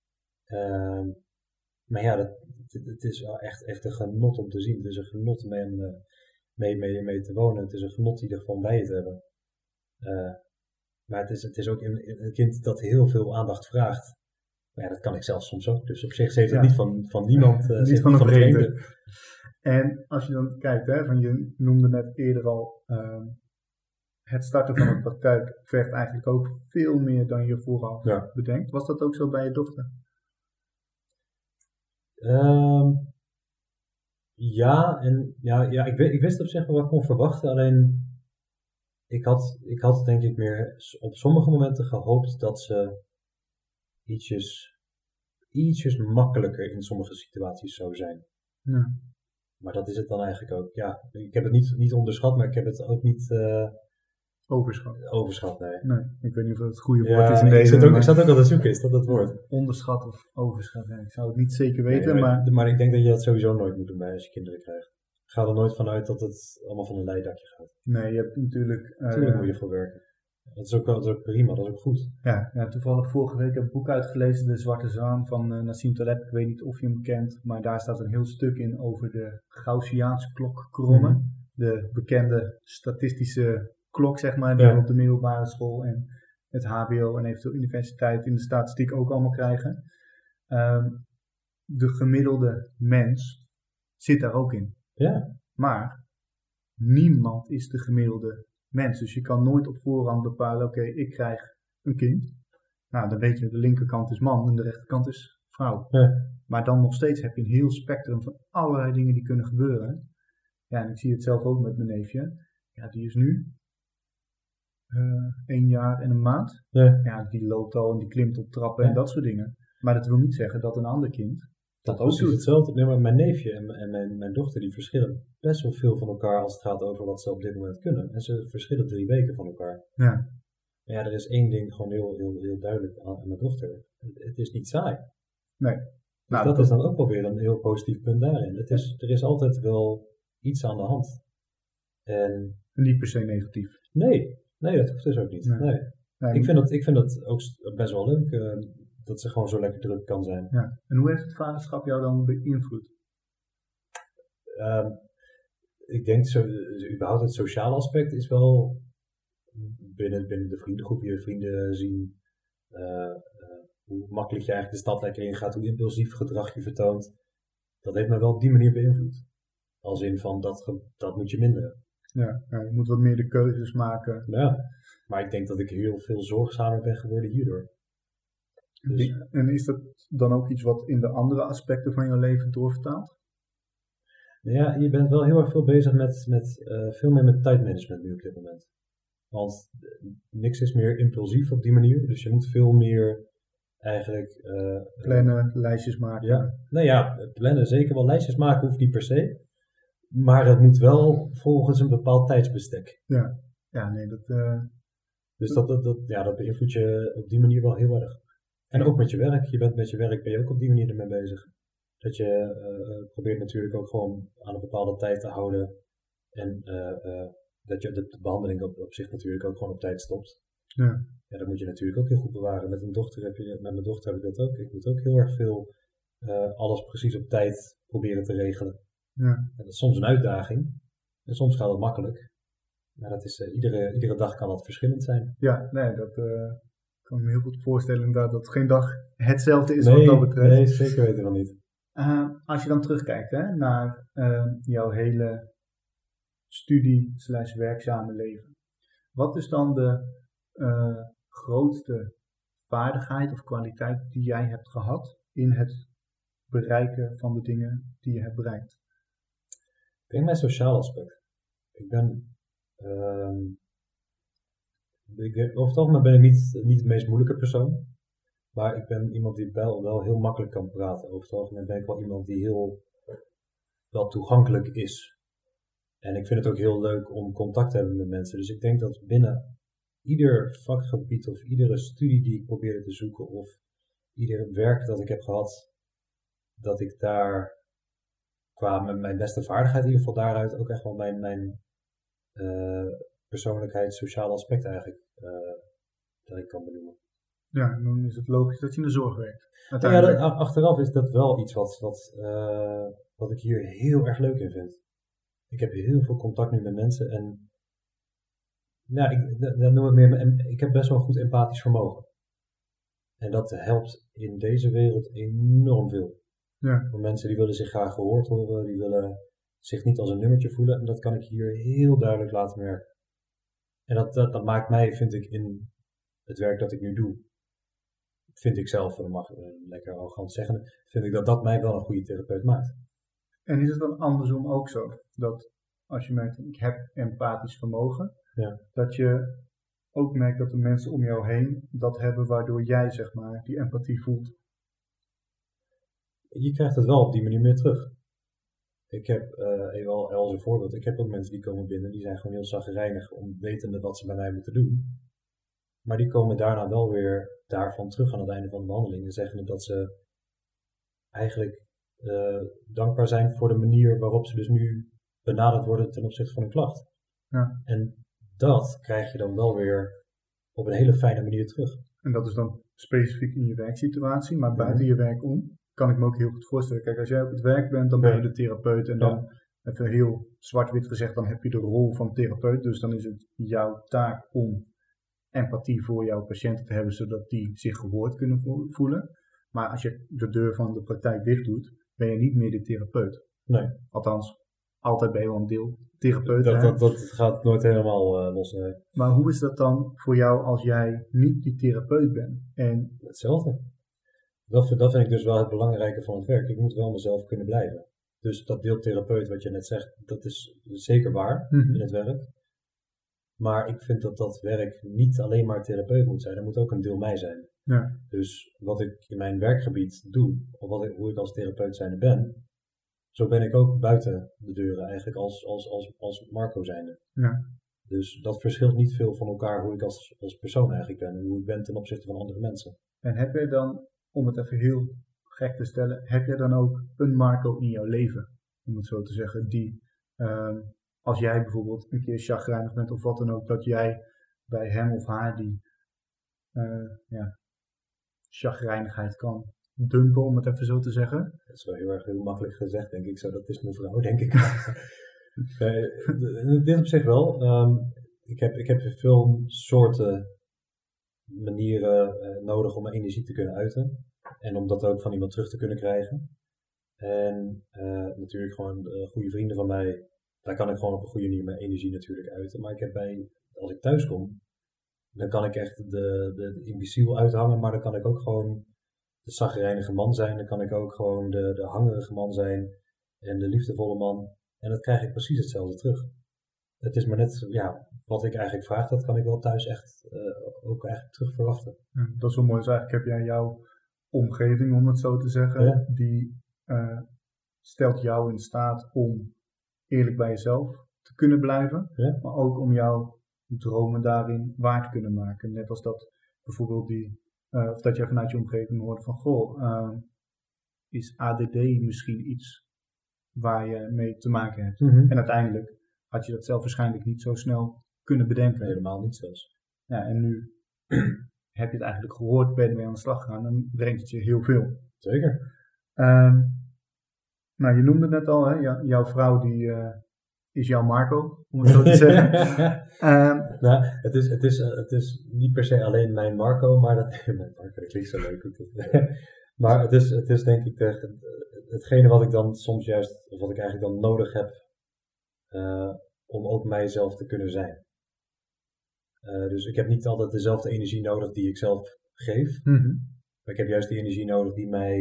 Uh, maar ja, dat, het, het is wel echt, echt een genot om te zien. Het is een genot om mee, mee, mee, mee te wonen. Het is een genot die er gewoon bij te hebben. Uh, maar het is, het is ook een, een kind dat heel veel aandacht vraagt. Maar ja, dat kan ik zelf soms ook. Dus op zich heeft het ja. niet van, van niemand. Uh, niet van een vreemde. En als je dan kijkt, hè, van je noemde net eerder al, uh, het starten van een praktijk vergt eigenlijk ook veel meer dan je vooraf ja. bedenkt. Was dat ook zo bij je dochter? Um, ja, en ja, ja ik, ik wist op zich wel wat ik kon verwachten, alleen ik had, ik had denk ik meer op sommige momenten gehoopt dat ze ietsjes, ietsjes makkelijker in sommige situaties zou zijn. Ja. Maar dat is het dan eigenlijk ook. Ja, ik heb het niet, niet onderschat, maar ik heb het ook niet uh, overschat. Overschat, nee. Nee, ik weet niet of dat het goede ja, woord is in nee, deze. Ik zat ook, ik zat ook al te zoeken, is dat het woord? Onderschat of overschat, ja, ik zou het niet zeker weten, nee, maar, maar... Maar ik denk dat je dat sowieso nooit moet doen bij als je kinderen krijgt. Ga er nooit vanuit dat het allemaal van een leidakje gaat. Nee, je hebt natuurlijk... Natuurlijk uh, moet je ervoor werken. Dat is, ook, dat is ook prima, dat is ook goed. Ja, ja, toevallig vorige week heb ik een boek uitgelezen, De Zwarte Zwaan van uh, Nassim Taleb. Ik weet niet of je hem kent, maar daar staat een heel stuk in over de Gaussiaanse klokkromme. Mm-hmm. De bekende statistische klok, zeg maar, die ja. we op de middelbare school en het H B O en eventueel universiteit in de statistiek ook allemaal krijgen. Um, de gemiddelde mens zit daar ook in. Ja. Maar niemand is de gemiddelde mens. Dus je kan nooit op voorhand bepalen, oké, okay, ik krijg een kind. Nou, dan weet je, de linkerkant is man en de rechterkant is vrouw. Ja. Maar dan nog steeds heb je een heel spectrum van allerlei dingen die kunnen gebeuren. Ja, en ik zie het zelf ook met mijn neefje. Ja, die is nu uh, één jaar en een maand. Ja. Ja, die loopt al en die klimt op trappen ja. en dat soort dingen. Maar dat wil niet zeggen dat een ander kind dat, dat ook doet. Hetzelfde. Nee, maar mijn neefje en, en mijn, mijn dochter die verschillen best wel veel van elkaar als het gaat over wat ze op dit moment kunnen. En ze verschillen drie weken van elkaar. Ja. Maar ja, er is één ding gewoon heel, heel, heel duidelijk aan, aan mijn dochter. Het is niet saai. Nee. Dus Nou, dat dat- is dan ook wel weer een heel positief punt daarin. Het is, er is altijd wel iets aan de hand. En Niet per se negatief. nee, nee, dat hoeft dus ook niet. Nee. Nee. Nee, Ik, vind dat, ik vind dat ook s- best wel leuk, eh, dat ze gewoon zo lekker druk kan zijn. ja. En hoe heeft het vaderschap jou dan beïnvloed? Ehm, ik denk, zo, überhaupt het sociale aspect is wel binnen, binnen de vriendengroep, je vrienden zien eh, eh, hoe makkelijk je eigenlijk de stad lekker ingaat, hoe impulsief gedrag je vertoont. Dat heeft me wel op die manier beïnvloed. Als in van, dat, ge- dat moet je minderen. Ja, ja, je moet wat meer de keuzes maken. Ja, maar ik denk dat ik heel veel zorgzamer ben geworden hierdoor. Dus, En is dat dan ook iets wat in de andere aspecten van je leven doorvertaalt? nou ja, je bent wel heel erg veel bezig met, met eh, veel meer met tijdmanagement nu op dit moment. Want eh, niks is meer impulsief op die manier. Dus je moet veel meer eigenlijk eh, Plannen, lijstjes maken. Ja, nou ja, plannen zeker wel. Lijstjes maken hoeft niet per se. Maar het moet wel volgens een bepaald tijdsbestek. Ja, ja nee, dat... eh, Dus dat, dat, dat, ja, dat beïnvloedt je op die manier wel heel erg. En ook met je werk. Je bent met je werk ben je ook op die manier ermee bezig. Dat je eh, probeert natuurlijk ook gewoon aan een bepaalde tijd te houden. En eh, eh, dat je de, de behandeling op, op zich natuurlijk ook gewoon op tijd stopt. ja. Ja, dat moet je natuurlijk ook heel goed bewaren. Met een dochter heb je, met mijn dochter heb ik dat ook. Ik moet ook heel erg veel eh, alles precies op tijd proberen te regelen. Ja. En dat is soms een uitdaging. En soms gaat het makkelijk. Maar dat is, uh, iedere, iedere dag kan dat verschillend zijn. Ja, nee, dat uh, kan ik me heel goed voorstellen inderdaad, dat geen dag hetzelfde is nee, wat dat betreft. Nee, zeker weten we niet. Uh, als je dan terugkijkt hè, naar uh, jouw hele studie slash werkzame leven. Wat is dan de uh, grootste vaardigheid of kwaliteit die jij hebt gehad in het bereiken van de dingen die je hebt bereikt? Ik denk mijn sociaal aspect. Ik ben, uh, ik, over het algemeen ben ik niet, niet de meest moeilijke persoon. Maar ik ben iemand die wel, wel heel makkelijk kan praten. Over het algemeen ben ik wel iemand die heel wel toegankelijk is. En ik vind het ook heel leuk om contact te hebben met mensen. Dus ik denk dat binnen ieder vakgebied of iedere studie die ik probeerde te zoeken of ieder werk dat ik heb gehad, dat ik daar qua mijn beste vaardigheid in ieder geval daaruit ook echt wel mijn, mijn uh, persoonlijkheid, sociale aspect eigenlijk uh, dat ik kan benoemen. Ja, dan is het logisch dat je in de zorg werkt. Nou ja, dat, achteraf is dat wel iets wat, wat, uh, wat ik hier heel erg leuk in vind. Ik heb heel veel contact nu met mensen en ja, ik, dat, dat noem het meer, ik heb best wel een goed empathisch vermogen. En dat helpt in deze wereld enorm veel. Ja. Voor mensen die willen zich graag gehoord horen, die willen zich niet als een nummertje voelen. En dat kan ik hier heel duidelijk laten merken. En dat, dat, dat maakt mij, vind ik, in het werk dat ik nu doe, vind ik zelf, dat mag ik lekker arrogant zeggen, vind ik dat dat mij wel een goede therapeut maakt. En is het dan andersom ook zo, dat als je merkt, ik heb empathisch vermogen, ja. dat je ook merkt dat de mensen om jou heen dat hebben waardoor jij, zeg maar, die empathie voelt? Je krijgt het wel op die manier meer terug. Ik heb, uh, even al als een voorbeeld, ik heb ook mensen die komen binnen, die zijn gewoon heel chagrijnig om wetende wat ze bij mij moeten doen. Maar die komen daarna wel weer daarvan terug aan het einde van de behandeling en zeggen dat ze eigenlijk uh, dankbaar zijn voor de manier waarop ze dus nu benaderd worden ten opzichte van hun klacht. Ja. En dat krijg je dan wel weer op een hele fijne manier terug. En dat is dan specifiek in je werksituatie, maar buiten ja. je werk om, kan ik me ook heel goed voorstellen. Kijk, als jij op het werk bent, dan ben je de therapeut en dan, ja. even heel zwart-wit gezegd, dan heb je de rol van therapeut. Dus dan is het jouw taak om empathie voor jouw patiënten te hebben, zodat die zich gehoord kunnen voelen. Maar als je de deur van de praktijk dicht doet, ben je niet meer de therapeut. Nee. Althans, altijd ben je wel een deel therapeut. Dat, dat, dat gaat nooit helemaal uh, los. Nee. Maar hoe is dat dan voor jou als jij niet die therapeut bent? En hetzelfde. Dat, dat vind ik dus wel het belangrijke van het werk. Ik moet wel mezelf kunnen blijven. Dus dat deel therapeut wat je net zegt, dat is zeker waar mm-hmm. in het werk. Maar ik vind dat dat werk niet alleen maar therapeut moet zijn. Er moet ook een deel mij zijn. Ja. Dus wat ik in mijn werkgebied doe, of wat ik, hoe ik als therapeut zijnde ben, zo ben ik ook buiten de deuren eigenlijk als, als, als, als Marco zijnde. Ja. Dus dat verschilt niet veel van elkaar hoe ik als, als persoon eigenlijk ben. En hoe ik ben ten opzichte van andere mensen. En heb je dan, om het even heel gek te stellen, heb jij dan ook een Marco in jouw leven? Om het zo te zeggen, die, uh, als jij bijvoorbeeld een keer chagrijnig bent of wat dan ook, dat jij bij hem of haar die uh, ja, chagrijnigheid kan dumpen, om het even zo te zeggen. Dat is wel heel erg heel makkelijk gezegd, denk ik zo. Dat is mijn vrouw, denk ik. nee, dit op zich wel. Um, ik, heb, ik heb veel soorten manieren uh, nodig om mijn energie te kunnen uiten. En om dat ook van iemand terug te kunnen krijgen. En uh, natuurlijk gewoon uh, goede vrienden van mij. Daar kan ik gewoon op een goede manier mijn energie natuurlijk uiten. Maar ik heb bij, als ik thuis kom, dan kan ik echt de, de, de imbeciel uithangen. Maar dan kan ik ook gewoon de chagrijnige man zijn. Dan kan ik ook gewoon de, de hangerige man zijn. En de liefdevolle man. En dat krijg ik precies hetzelfde terug. Het is maar net, ja, wat ik eigenlijk vraag, dat kan ik wel thuis echt uh, ook eigenlijk terug verwachten. Ja, dat is wel mooi. Dus eigenlijk heb jij jouw omgeving, om het zo te zeggen, ja. die uh, stelt jou in staat om eerlijk bij jezelf te kunnen blijven. Ja. Maar ook om jouw dromen daarin waar te kunnen maken. Net als dat bijvoorbeeld die, uh, of dat jij vanuit je omgeving hoort van, goh, uh, is A D D misschien iets waar je mee te maken hebt. Mm-hmm. En uiteindelijk had je dat zelf waarschijnlijk niet zo snel kunnen bedenken. Nee, helemaal niet zelfs. Ja, en nu heb je het eigenlijk gehoord, ben je ermee aan de slag gegaan en brengt het je heel veel. Zeker. Um, nou, je noemde het net al, hè? Jou, jouw vrouw die uh, is jouw Marco, om het zo te zeggen. um, nou, het is, het, is, het is niet per se alleen mijn Marco, maar dat, mijn Marco, dat klinkt zo leuk. Maar het is, het is denk ik de, hetgene wat ik dan soms juist, of wat ik eigenlijk dan nodig heb, uh, om ook mijzelf te kunnen zijn. Uh, dus ik heb niet altijd dezelfde energie nodig die ik zelf geef. Mm-hmm. Maar ik heb juist die energie nodig die mij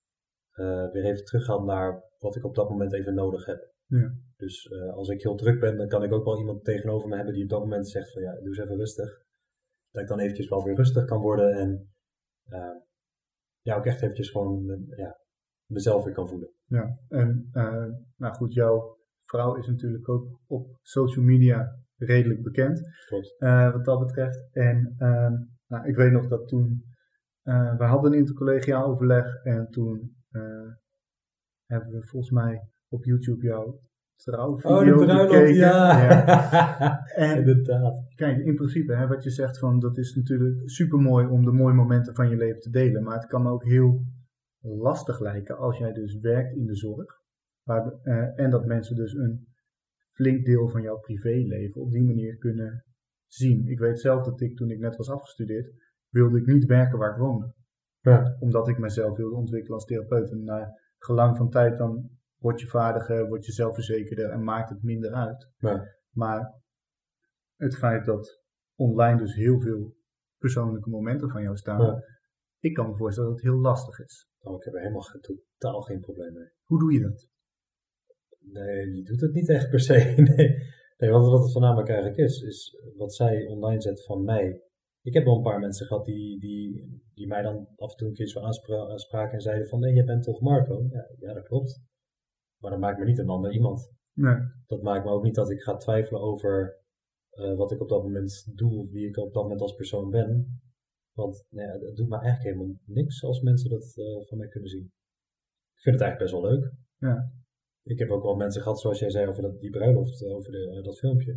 uh, weer even teruggaat naar wat ik op dat moment even nodig heb. Ja. Dus uh, als ik heel druk ben, dan kan ik ook wel iemand tegenover me hebben die op dat moment zegt van ja, doe eens even rustig. Dat ik dan eventjes wel weer rustig kan worden en uh, ja, ook echt eventjes gewoon uh, ja, mezelf weer kan voelen. Ja, en uh, nou goed, jouw vrouw is natuurlijk ook op social media redelijk bekend. Klopt. Uh, wat dat betreft. En uh, nou, ik weet nog dat toen, uh, we hadden een intercollegiaal overleg en toen uh, hebben we volgens mij op YouTube jouw trouwvideo oh, de bruiloft, bekeken. Ja. ja. En inderdaad. Kijk, in principe, hè, wat je zegt van, dat is natuurlijk super mooi om de mooie momenten van je leven te delen. Maar het kan ook heel lastig lijken als jij dus werkt in de zorg. Waar, uh, en dat mensen dus een flink deel van jouw privéleven op die manier kunnen zien. Ik weet zelf dat ik, toen ik net was afgestudeerd, wilde ik niet werken waar ik woonde. Ja. Omdat ik mezelf wilde ontwikkelen als therapeut. En na gelang van tijd dan word je vaardiger, word je zelfverzekerder en maakt het minder uit. Ja. Maar het feit dat online dus heel veel persoonlijke momenten van jou staan, ja. Ik kan me voorstellen dat het heel lastig is. Oh, ik heb er helemaal totaal geen probleem mee. Hoe doe je dat? Nee, je doet het niet echt per se. Nee, nee wat, wat het voornamelijk eigenlijk is, is wat zij online zet van mij. Ik heb wel een paar mensen gehad die, die, die mij dan af en toe een keer zo aanspra- aanspraken en zeiden van nee, jij bent toch Marco? Ja, ja, dat klopt. Maar dat maakt me niet een ander iemand. Nee. Dat maakt me ook niet dat ik ga twijfelen over uh, wat ik op dat moment doe, wie ik op dat moment als persoon ben. Want nee, het doet me eigenlijk helemaal niks als mensen dat uh, van mij kunnen zien. Ik vind het eigenlijk best wel leuk. Ja. Ik heb ook wel mensen gehad, zoals jij zei over dat, die bruiloft, over de, uh, dat filmpje.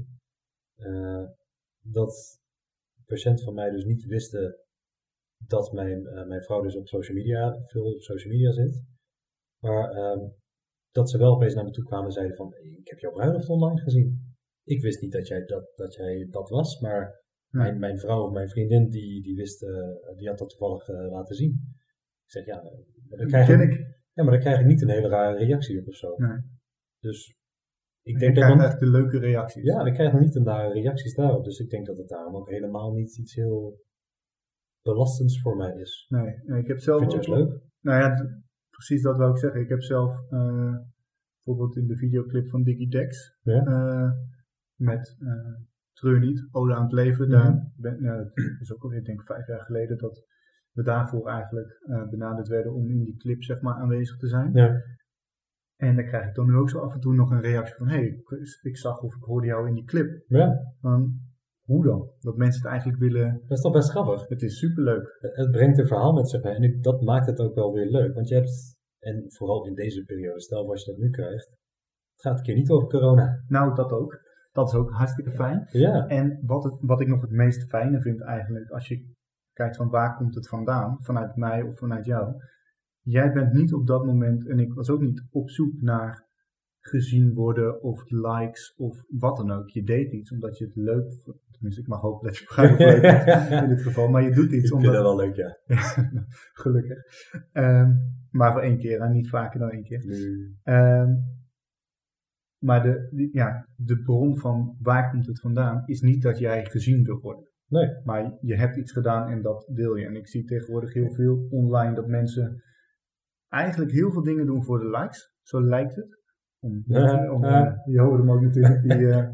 Uh, dat patiënten van mij dus niet wisten dat mijn, uh, mijn vrouw dus op social media, veel op social media zit. Maar uh, dat ze wel opeens naar me toe kwamen en zeiden van, ik heb jouw bruiloft online gezien. Ik wist niet dat jij dat, dat, jij dat was, maar ja. mijn, mijn vrouw of mijn vriendin, die, die wist, uh, die had dat toevallig uh, laten zien. Ik zeg, ja, maar dan krijg ik, ja, maar dan krijg ik niet een hele rare reactie op of zo. Nee. Dus ik je denk krijgt dat dan, echt de leuke reacties. Ja, dan krijg ik nog niet een nare reacties daarop. Dus ik denk dat het daarom ook helemaal niet iets heel belastends voor mij is. Nee, nee ik heb zelf ik vind het juist leuk. Nou ja, d- precies dat wou ik zeggen. Ik heb zelf uh, bijvoorbeeld in de videoclip van Dickie Dex ja? uh, met uh, Treur niet, Ode aan het leven. Mm-hmm. Daar ben, uh, dat is ook alweer, denk ik, vijf jaar geleden dat we daarvoor eigenlijk uh, benaderd werden om in die clip, zeg maar, aanwezig te zijn. Ja. En dan krijg ik dan nu ook zo af en toe nog een reactie van, hé, hey, ik, ik zag of ik hoorde jou in die clip. Ja. Van, hoe dan? Dat mensen het eigenlijk willen... Dat is toch best grappig? Het is superleuk. Het brengt een verhaal met zich mee en dat maakt het ook wel weer leuk. Want je hebt, en vooral in deze periode, stel als je dat nu krijgt, het gaat een keer niet over corona. Nou, dat ook. Dat is ook hartstikke fijn. Ja. En wat, het, wat ik nog het meest fijne vind eigenlijk, als je kijkt van waar komt het vandaan, vanuit mij of vanuit jou. Jij bent niet op dat moment, en ik was ook niet op zoek naar gezien worden of likes of wat dan ook. Je deed iets omdat je het leuk vond. Tenminste, ik mag hopen dat je begrijpt leuk vindt in dit geval. Maar je doet iets ik omdat... Ik vind dat wel leuk, ja. Gelukkig. Um, maar voor één keer en niet vaker dan één keer. Nee. Um, maar de, die, ja, de bron van waar komt het vandaan is niet dat jij gezien wil worden. Nee. Maar je hebt iets gedaan en dat deel je. En ik zie tegenwoordig heel veel online dat mensen eigenlijk heel veel dingen doen voor de likes. Zo lijkt het. Om, Ja, om, ja. uh, je hoorde hem ook natuurlijk, die uh,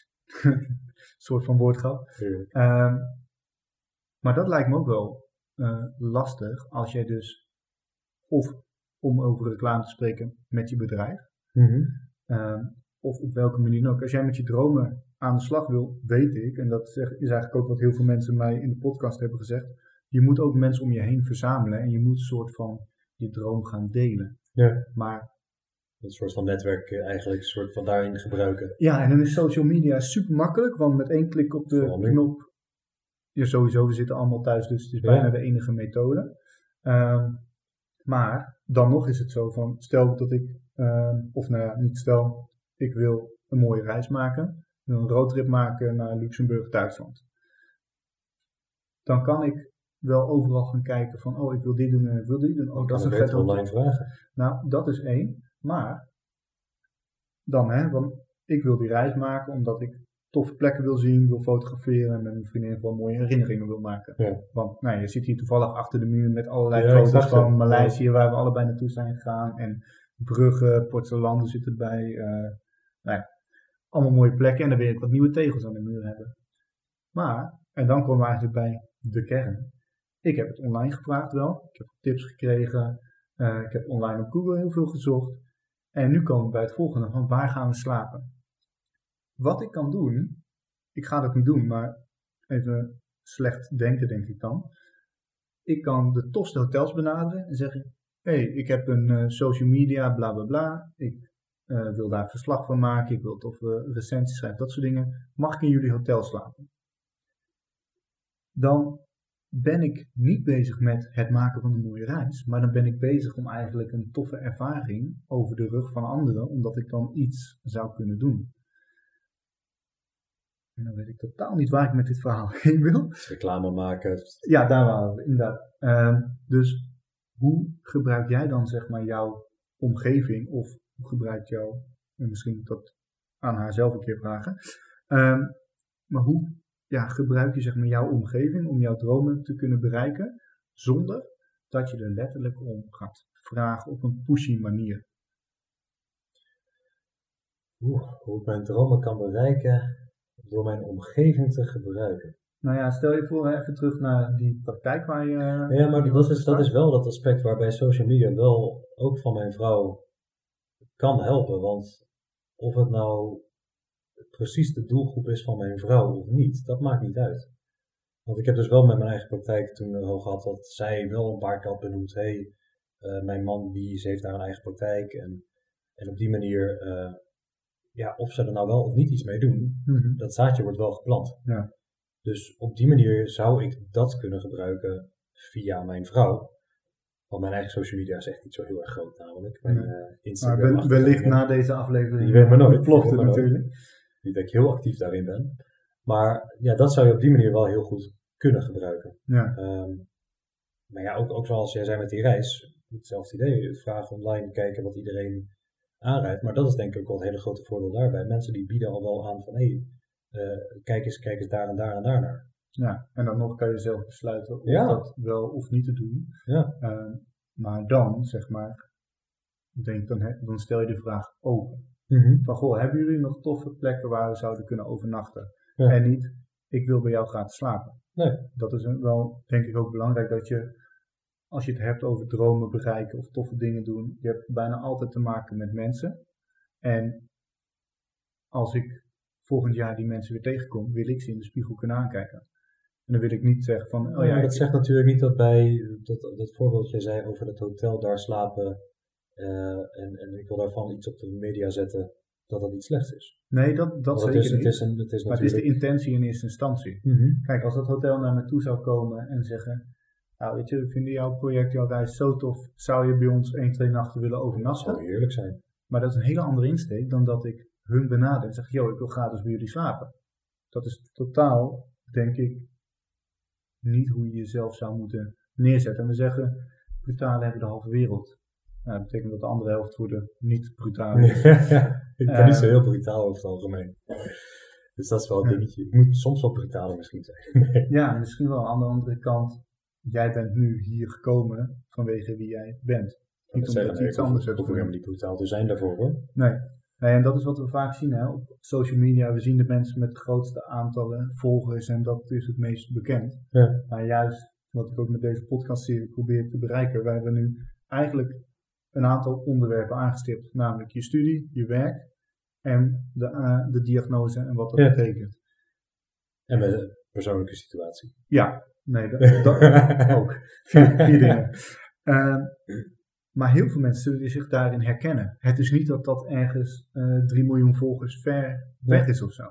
soort van woordgrap. Um, maar dat lijkt me ook wel uh, lastig als jij dus, of om over reclame te spreken met je bedrijf, Mm-hmm. um, of op welke manier dan ook. Als jij met je dromen aan de slag wil, weet ik, en dat is eigenlijk ook wat heel veel mensen mij in de podcast hebben gezegd, je moet ook mensen om je heen verzamelen en je moet een soort van je droom gaan delen. Ja. Maar een soort van netwerk eigenlijk, een soort van daarin gebruiken. Ja, en dan is social media super makkelijk, want met één klik op de Vooral knop, ja sowieso, we zitten allemaal thuis, dus het is Ja. bijna de enige methode. Um, maar dan nog is het zo van, stel dat ik, um, of nou ja, niet stel, ik wil een mooie reis maken, ik wil een roadtrip maken naar Luxemburg, Duitsland. Dan kan ik wel overal gaan kijken van, oh ik wil dit doen en ik wil dit doen. Oh, dat is een vet online vragen. Nou, dat is één. Maar, dan hè, want ik wil die reis maken omdat ik toffe plekken wil zien, wil fotograferen en met mijn vriendin wel mooie herinneringen wil maken. Ja. Want nou, je zit hier toevallig achter de muur met allerlei Ja, foto's van het. Maleisië waar we allebei naartoe zijn gegaan. En bruggen, Port Salando zit erbij. Uh, nou ja, allemaal mooie plekken en dan wil ik wat nieuwe tegels aan de muur hebben. Maar, en dan komen we eigenlijk bij de kern. Ik heb het online gevraagd wel. Ik heb tips gekregen. Uh, ik heb online op Google heel veel gezocht. En nu komen we bij het volgende van waar gaan we slapen? Wat ik kan doen, ik ga dat niet doen, maar even slecht denken denk ik dan. Ik kan de tofste hotels benaderen en zeggen, hé, hey, ik heb een uh, social media, bla bla bla. Ik uh, wil daar verslag van maken, ik wil toffe recensies schrijven, dat soort dingen. Mag ik in jullie hotel slapen? Dan ben ik niet bezig met het maken van een mooie reis, maar dan ben ik bezig om eigenlijk een toffe ervaring over de rug van anderen, omdat ik dan iets zou kunnen doen. En dan weet ik totaal niet waar ik met dit verhaal heen wil. Reclame maken. Ja, daar waren we inderdaad. Uh, dus hoe gebruik jij dan zeg maar jouw omgeving, of hoe gebruikt jou, en misschien moet dat aan haar zelf een keer vragen, uh, maar hoe ja, gebruik je zeg maar jouw omgeving om jouw dromen te kunnen bereiken, zonder dat je er letterlijk om gaat vragen op een pushy manier? Oeh, hoe ik mijn dromen kan bereiken door mijn omgeving te gebruiken. Nou ja, stel je voor even terug naar die praktijk waar je... Ja, maar dat is, dat is wel dat aspect waarbij social media wel ook van mijn vrouw kan helpen. Want of het nou precies de doelgroep is van mijn vrouw of niet, dat maakt niet uit. Want ik heb dus wel met mijn eigen praktijk toen al gehad dat zij wel een paar keer had benoemd, hé, hey, uh, mijn man die ze heeft daar een eigen praktijk. En, en op die manier, uh, ja, of ze er nou wel of niet iets mee doen, mm-hmm. dat zaadje wordt wel geplant. Ja. Dus op die manier zou ik dat kunnen gebruiken via mijn vrouw. Want mijn eigen social media is echt niet zo heel erg groot namelijk. Mijn uh, Instagram. Maar wellicht na deze aflevering. Je weet maar nooit. Ploft het natuurlijk. Niet dat ik heel actief daarin ben. Maar ja, dat zou je op die manier wel heel goed kunnen gebruiken. Ja. Um, maar ja, ook, ook zoals jij zei met die reis. Hetzelfde idee. Vragen online, kijken wat iedereen aanrijdt. Maar dat is denk ik ook wel het hele grote voordeel daarbij. Mensen die bieden al wel aan van hé, hey, uh, kijk, eens, kijk eens daar en daar en daar naar. Ja, en dan nog kan je zelf besluiten of ja. dat wel of niet te doen. Ja. Uh, maar dan, zeg maar, denk dan, he, dan stel je de vraag open. Mm-hmm. Van, goh, hebben jullie nog toffe plekken waar we zouden kunnen overnachten? Ja. En niet, ik wil bij jou gratis slapen. Nee. Dat is wel, denk ik, ook belangrijk dat je, als je het hebt over dromen bereiken of toffe dingen doen, je hebt bijna altijd te maken met mensen. En als ik volgend jaar die mensen weer tegenkom, wil ik ze in de spiegel kunnen aankijken. En dan wil ik niet zeggen van... Oh ja, maar dat ik... zegt natuurlijk niet dat bij dat, dat voorbeeld dat jij zei over het hotel daar slapen uh, en, en ik wil daarvan iets op de media zetten, dat dat iets slechts is. Nee, dat, dat zeker het is, niet. Het is een, het is maar natuurlijk... het is de intentie in eerste instantie. Mm-hmm. Kijk, als dat hotel naar me toe zou komen en zeggen... Nou, weet je, we vinden jouw project, jouw reis zo tof. Zou je bij ons één, twee nachten willen overnachten? Dat zou heerlijk zijn. Maar dat is een hele andere insteek dan dat ik hun benader en zeg... Yo, ik wil gratis bij jullie slapen. Dat is totaal, denk ik, niet hoe je jezelf zou moeten neerzetten. En we zeggen, brutalen hebben de halve wereld. Nou, dat betekent dat de andere helft voor de niet brutale is. Ik ben uh, niet zo heel brutaal over het algemeen. Dus dat is wel een ja. dingetje. Je moet soms wel brutaler misschien zijn. Ja, misschien wel. Aan de andere kant, jij bent nu hier gekomen vanwege wie jij bent. Niet omdat zeggen, je iets anders hebt. Ik hoef helemaal niet brutaal te zijn daarvoor hoor. Nee. nee. En dat is wat we vaak zien hè. Op social media. We zien de mensen met de grootste aantallen volgers en dat is het meest bekend. Ja. Maar juist wat ik ook met deze podcastserie probeer te bereiken. Wij hebben nu eigenlijk een aantal onderwerpen aangestipt. Namelijk je studie, je werk en de, uh, de diagnose en wat dat ja. betekent. En de persoonlijke situatie. Ja, nee, dat, dat ook. Vier, vier dingen. Uh, maar heel veel mensen zullen zich daarin herkennen. Het is niet dat dat ergens uh, drie miljoen volgers ver weg is of zo.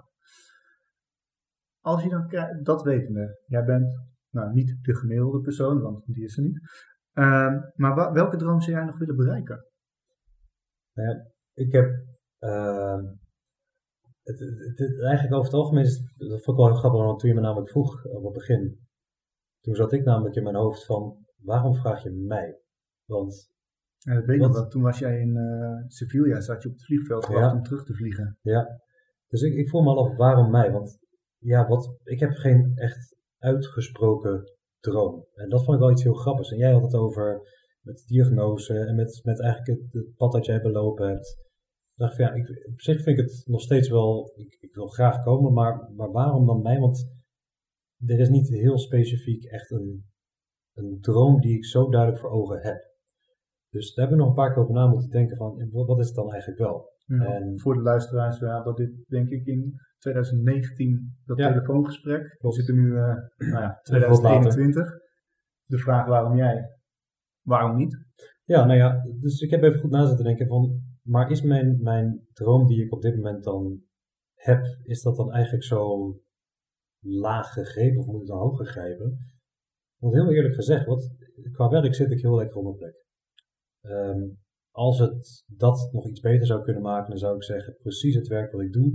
Als je dan krijgt, dat wetende, jij bent nou niet de gemiddelde persoon, want die is er niet. Uh, maar wa- welke droom zou jij nog willen bereiken? Ja, ik heb uh, het, het, het, eigenlijk over het algemeen is het, dat vond ik wel heel grappig, want toen je me namelijk vroeg op het begin, toen zat ik namelijk in mijn hoofd van, waarom vraag je mij? Want ja, dat weet ik nog wel, toen was jij in uh, Sevilla, zat je op het vliegveld gewacht ja. om terug te vliegen. Ja, dus ik, ik voel me al af, waarom mij? Want ja, wat, ik heb geen echt uitgesproken droom. En dat vond ik wel iets heel grappigs. En jij had het over met de diagnose en met, met eigenlijk het, het pad dat jij belopen hebt. Dacht ik, ja, ik, op zich vind ik het nog steeds wel, ik, ik wil graag komen, maar, maar waarom dan mij? Want er is niet heel specifiek echt een, een droom die ik zo duidelijk voor ogen heb. Dus daar heb ik nog een paar keer over na moeten denken van, wat is het dan eigenlijk wel? Ja, en, voor de luisteraars, we hadden dit denk ik in twintig negentien, dat ja, telefoongesprek. Klopt. We zitten nu uh, nou ja, twintig eenentwintig. De vraag waarom jij, waarom niet? Ja, nou ja, dus ik heb even goed na zitten denken van, maar is mijn, mijn droom die ik op dit moment dan heb, is dat dan eigenlijk zo laag gegrepen of moet ik dan hoog gegrepen? Want heel eerlijk gezegd, wat, qua werk zit ik heel lekker op mijn plek. Um, als het dat nog iets beter zou kunnen maken, dan zou ik zeggen, precies het werk wat ik doe,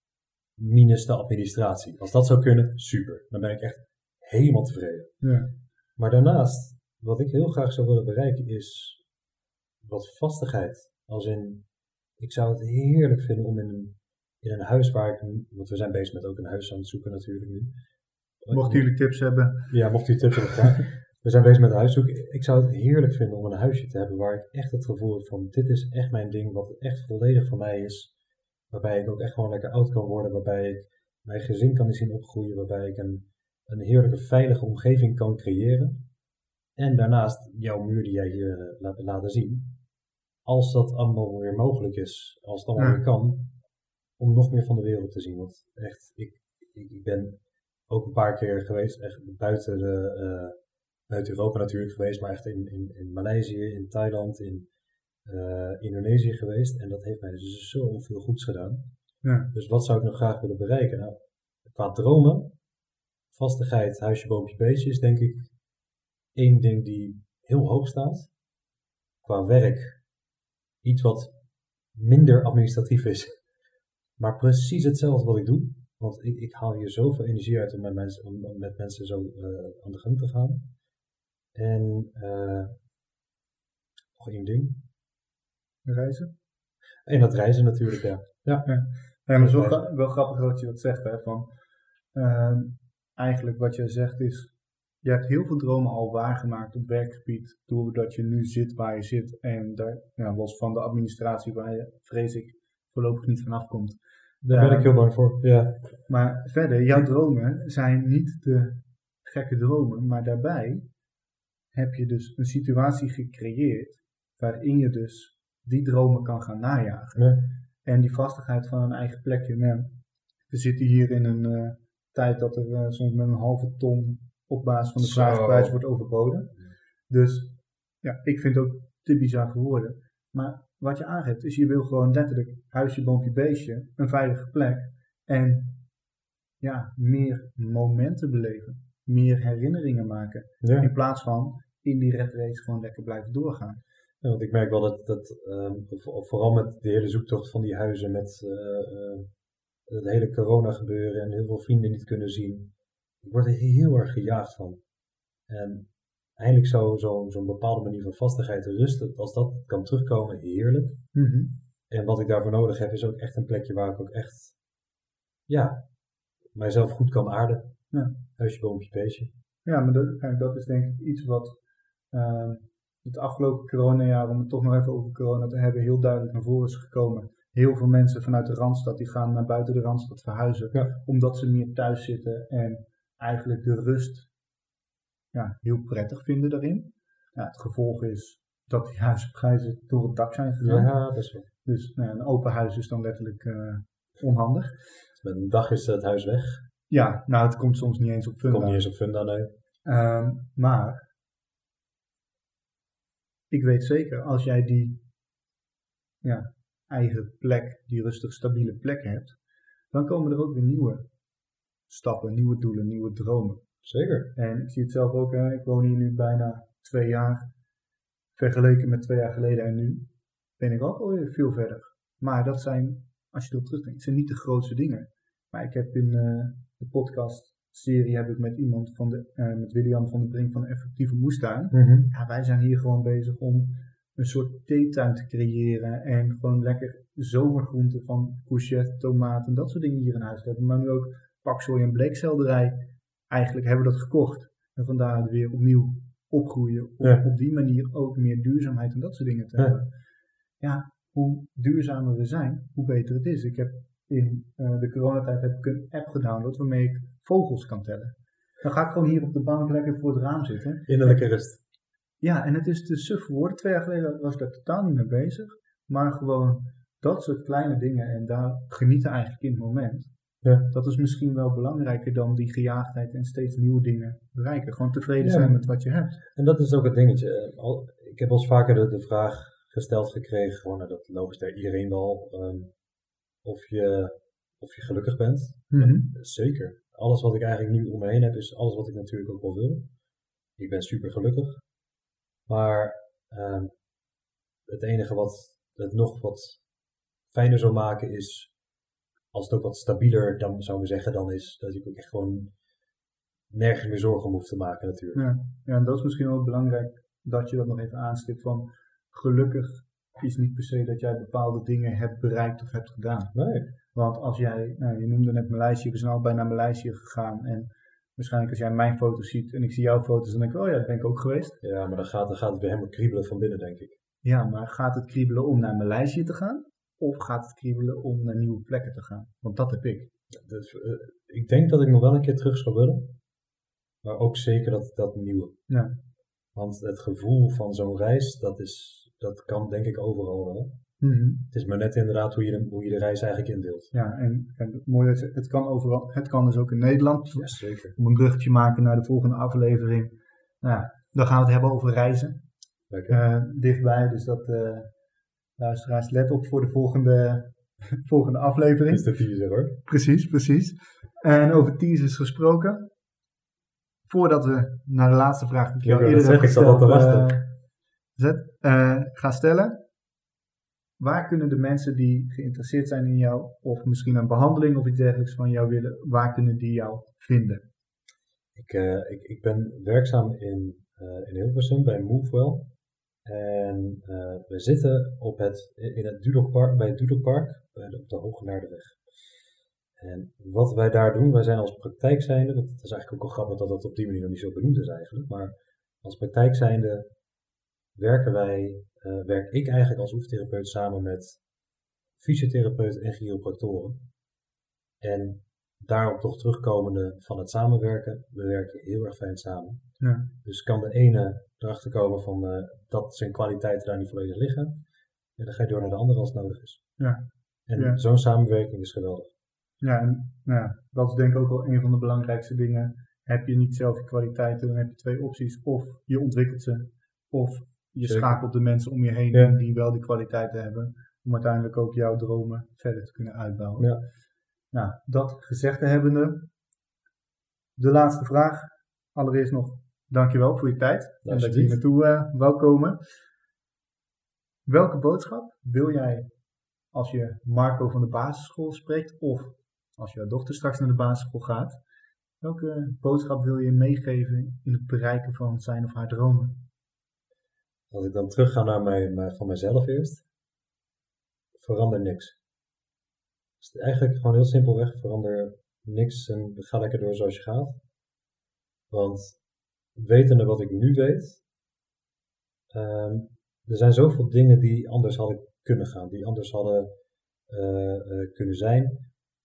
minus de administratie. Als dat zou kunnen, super. Dan ben ik echt helemaal tevreden. Ja. Maar daarnaast, wat ik heel graag zou willen bereiken, is wat vastigheid. Als in, ik zou het heerlijk vinden om in een, in een huis waar ik, want we zijn bezig met ook een huis aan het zoeken natuurlijk nu. Mochten jullie tips hebben? Ja, mochten jullie tips hebben. We zijn bezig met een huis zoeken. Ik zou het heerlijk vinden om een huisje te hebben waar ik echt het gevoel heb van, dit is echt mijn ding, wat echt volledig van mij is. Waarbij ik ook echt gewoon lekker oud kan worden, waarbij ik mijn gezin kan zien opgroeien, waarbij ik een, een heerlijke veilige omgeving kan creëren. En daarnaast jouw muur die jij hier uh, laat laten zien. Als dat allemaal weer mogelijk is, als het allemaal ja. weer kan, om nog meer van de wereld te zien. Want echt, ik, ik, ik ben ook een paar keer geweest, echt buiten, de, uh, buiten Europa natuurlijk geweest, maar echt in, in, in Maleisië, in Thailand, in uh, Indonesië geweest. En dat heeft mij dus zoveel goeds gedaan. Ja. Dus wat zou ik nog graag willen bereiken? Nou, qua dromen, vastigheid, huisje, boompje, beestje is denk ik één ding die heel hoog staat. Qua werk, iets wat minder administratief is, maar precies hetzelfde wat ik doe. Want ik, ik haal hier zoveel energie uit om met mensen, om, om met mensen zo uh, aan de gang te gaan. En uh, nog één ding. Reizen? En dat reizen natuurlijk, ja. Ja, ja. ja maar het is wel, gra- wel grappig dat je dat zegt, hè. Van, uh, eigenlijk wat jij zegt is, je hebt heel veel dromen al waargemaakt op werkgebied, doordat je nu zit waar je zit. En daar, ja, los van de administratie waar je, vrees ik, voorlopig niet vanaf komt. Daar ben uh, ik heel bang voor, ja. Maar verder, jouw dromen zijn niet de gekke dromen, maar daarbij heb je dus een situatie gecreëerd waarin je dus die dromen kan gaan najagen. Nee. En die vastigheid van een eigen plekje, man, we zitten hier in een uh, tijd dat er uh, soms met een halve ton op basis van de vraagprijs wordt overboden. Dus ja, ik vind het ook te bizar voor woorden. Maar wat je aangeeft is, je wil gewoon letterlijk huisje, boompje, beestje, een veilige plek en ja, meer momenten beleven, meer herinneringen maken. Ja. In plaats van in die red race gewoon lekker blijven doorgaan. Ja, want ik merk wel dat, dat um, vooral met de hele zoektocht van die huizen, met uh, uh, het hele corona gebeuren en heel veel vrienden niet kunnen zien, ik word er heel erg gejaagd van. En eindelijk zo, zo, zo'n bepaalde manier van vastigheid en rust, als dat kan terugkomen, heerlijk. Mm-hmm. En wat ik daarvoor nodig heb, is ook echt een plekje waar ik ook echt, ja, mijzelf goed kan aarden. Ja. Huisje, boompje, beestje. Ja, maar dat, dat is denk ik iets wat uh, het afgelopen coronajaar, om het toch nog even over corona te hebben, heel duidelijk naar voren is gekomen. Heel veel mensen vanuit de Randstad, die gaan naar buiten de Randstad verhuizen, ja. Omdat ze meer thuis zitten en eigenlijk de rust ja, heel prettig vinden daarin. Ja, het gevolg is dat die huizenprijzen door het dak zijn gegaan. Ja, dat is wel. Dus nou, een open huis is dan letterlijk uh, onhandig. Met een dag is het huis weg. Ja, nou het komt soms niet eens op Funda. Het komt niet eens op Funda, nee. Um, maar ik weet zeker, als jij die ja, eigen plek, die rustig stabiele plek hebt, dan komen er ook weer nieuwe stappen, nieuwe doelen, nieuwe dromen. Zeker. En ik zie het zelf ook, hè. Ik woon hier nu bijna twee jaar. Vergeleken met twee jaar geleden en nu ben ik ook alweer veel verder. Maar dat zijn, als je erop terugdenkt, het zijn niet de grootste dingen. Maar ik heb in uh, de podcastserie heb ik met iemand van de, uh, met William van der Brink van de Effectieve Moestuin. Mm-hmm. Ja, wij zijn hier gewoon bezig om een soort theetuin te creëren en gewoon lekker zomergroenten van courgette, tomaten, dat soort dingen hier in huis te hebben. Maar nu ook paksoi en bleekselderij. Eigenlijk hebben we dat gekocht. En vandaar het weer opnieuw opgroeien. Om ja. op die manier ook meer duurzaamheid en dat soort dingen te ja. hebben. Ja, hoe duurzamer we zijn, hoe beter het is. Ik heb in uh, de coronatijd heb ik een app gedownload waarmee ik vogels kan tellen. Dan ga ik gewoon hier op de bank lekker voor het raam zitten. Innerlijke rust. Ja, en het is te suf geworden. Twee jaar geleden was ik daar totaal niet mee bezig. Maar gewoon dat soort kleine dingen en daar genieten eigenlijk in het moment. Ja. Dat is misschien wel belangrijker dan die gejaagdheid en steeds nieuwe dingen bereiken. Gewoon tevreden ja. zijn met wat je hebt. En dat is ook het dingetje. Ik heb al vaker de, de vraag gesteld gekregen, gewoon dat logisch daar iedereen wel, um, of, je, of je gelukkig bent. Mm-hmm. Ja, zeker. Alles wat ik eigenlijk nu om me heen heb, is alles wat ik natuurlijk ook wel wil. Ik ben super gelukkig. Maar um, het enige wat het nog wat fijner zou maken is, als het ook wat stabieler dan zou ik zeggen, dan is dat ik ook echt gewoon nergens meer zorgen om hoef te maken natuurlijk. Ja, ja, en dat is misschien wel belangrijk dat je dat nog even aanstipt van gelukkig is niet per se dat jij bepaalde dingen hebt bereikt of hebt gedaan. Nee. Want als jij, nou, je noemde net Maleisië, we zijn allebei naar Maleisië gegaan en waarschijnlijk als jij mijn foto's ziet en ik zie jouw foto's, dan denk ik, oh ja, dat ben ik ook geweest. Ja, maar dan gaat, dan gaat het weer helemaal kriebelen van binnen, denk ik. Ja, maar gaat het kriebelen om naar Maleisië te gaan? Of gaat het kriebelen om naar nieuwe plekken te gaan? Want dat heb ik. Dus, uh, ik denk dat ik nog wel een keer terug zou willen. Maar ook zeker dat, dat nieuwe. Ja. Want het gevoel van zo'n reis, dat, is, dat kan denk ik overal wel. Mm-hmm. Het is maar net inderdaad hoe je de, hoe je de reis eigenlijk indeelt. Ja, en, en het mooie is, het kan overal. Het kan dus ook in Nederland. Ja, zeker. Om een bruggetje maken naar de volgende aflevering. Nou ja, dan gaan we het hebben over reizen. Uh, dichtbij, dus dat... Uh, Luisteraars, let op voor de volgende, volgende aflevering. Dat is de teaser hoor. Precies, precies. En over teasers gesproken. Voordat we naar de laatste vraag die ik jou eerder heb gesteld uh, zet, uh, ga stellen. Waar kunnen de mensen die geïnteresseerd zijn in jou, of misschien een behandeling of iets dergelijks van jou willen, waar kunnen die jou vinden? Ik, uh, ik, ik ben werkzaam in, uh, in Hilversum bij Movewell. En uh, we zitten op het, in het Dudokpark, bij het Dudokpark, bij de, op de Hogenaardeweg. En wat wij daar doen, wij zijn als praktijkzijnde, want het is eigenlijk ook wel grappig dat dat op die manier nog niet zo benoemd is eigenlijk, maar als praktijkzijnde werken wij, uh, werk ik eigenlijk als oefentherapeut samen met fysiotherapeuten en chiropractoren. En daarop toch terugkomende van het samenwerken, we werken heel erg fijn samen. Ja. Dus kan de ene erachter komen van uh, dat zijn kwaliteiten daar niet volledig liggen. En dan ga je door naar de andere als het nodig is. Ja. En ja. zo'n samenwerking is geweldig. Ja, en nou ja, dat is denk ik ook wel een van de belangrijkste dingen. Heb je niet zelf je kwaliteiten, dan heb je twee opties. Of je ontwikkelt ze, of je Zeker. schakelt de mensen om je heen Ja. in die wel die kwaliteiten hebben. Om uiteindelijk ook jouw dromen verder te kunnen uitbouwen. Ja. Nou, dat gezegd hebbende. De laatste vraag. Allereerst nog dankjewel voor je tijd. En dat je hier naartoe uh, wou komen. Welke boodschap wil jij als je Marco van de basisschool spreekt, of als jouw dochter straks naar de basisschool gaat, welke boodschap wil je meegeven in het bereiken van zijn of haar dromen? Als ik dan terug ga naar mij, mij, van mijzelf eerst, verander niks. Dus eigenlijk gewoon heel simpelweg, verander niks en ga lekker door zoals je gaat. Want wetende wat ik nu weet, um, er zijn zoveel dingen die anders hadden kunnen gaan, die anders hadden uh, uh, kunnen zijn.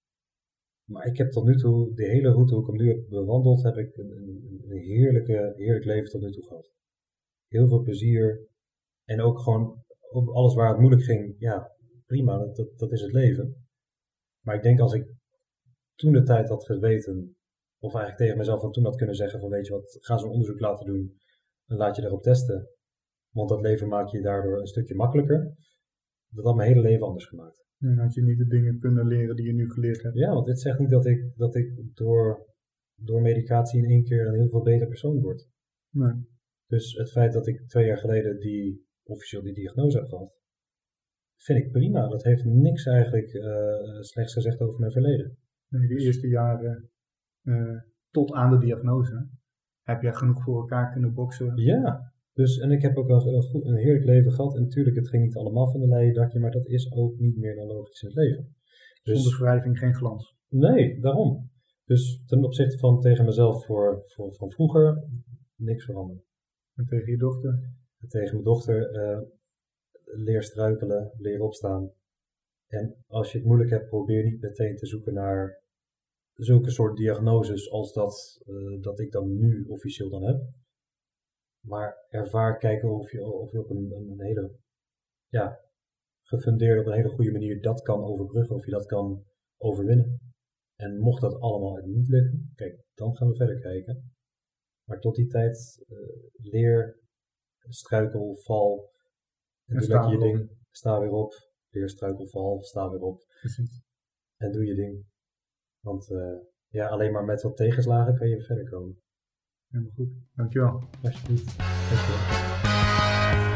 Maar ik heb tot nu toe, de hele route hoe ik hem nu heb bewandeld, heb ik een, een, een heerlijke, heerlijk leven tot nu toe gehad. Heel veel plezier en ook gewoon op alles waar het moeilijk ging, ja prima, dat, dat, dat is het leven. Maar ik denk als ik toen de tijd had geweten, of eigenlijk tegen mezelf van toen had kunnen zeggen van weet je wat, ga zo'n onderzoek laten doen en laat je daarop testen. Want dat leven maakt je daardoor een stukje makkelijker. Dat had mijn hele leven anders gemaakt. En had je niet de dingen kunnen leren die je nu geleerd hebt. Ja, want dit zegt niet dat ik, dat ik door, door medicatie in één keer een heel veel beter persoon word. Nee. Dus het feit dat ik twee jaar geleden die, officieel die diagnose heb gehad, vind ik prima. Dat heeft niks eigenlijk uh, slechts gezegd over mijn verleden. Nee, die eerste jaren uh, tot aan de diagnose heb je genoeg voor elkaar kunnen boksen. Ja, dus en ik heb ook wel een, goed, een heerlijk leven gehad. En natuurlijk, het ging niet allemaal van de leien dakje, maar dat is ook niet meer dan logisch in het leven. Dus, zonder wrijving geen glans. Nee, daarom. Dus ten opzichte van tegen mezelf voor, voor, van vroeger, niks veranderd. En tegen je dochter? En tegen mijn dochter, uh, leer struikelen, leer opstaan. En als je het moeilijk hebt, probeer niet meteen te zoeken naar zulke soort diagnoses als dat, uh, dat ik dan nu officieel dan heb. Maar ervaar, kijken of je, of je op een, een hele, ja, gefundeerd op een hele goede manier dat kan overbruggen, of je dat kan overwinnen. En mocht dat allemaal niet lukken, kijk, dan gaan we verder kijken. Maar tot die tijd, uh, leer, struikel, val, en, en doe lekker je ding, sta weer op, leer, struikel, val, sta weer op. Precies. En doe je ding. Want uh, ja, alleen maar met wat tegenslagen kan je verder komen. Helemaal goed, dankjewel. Alsjeblieft. Dankjewel.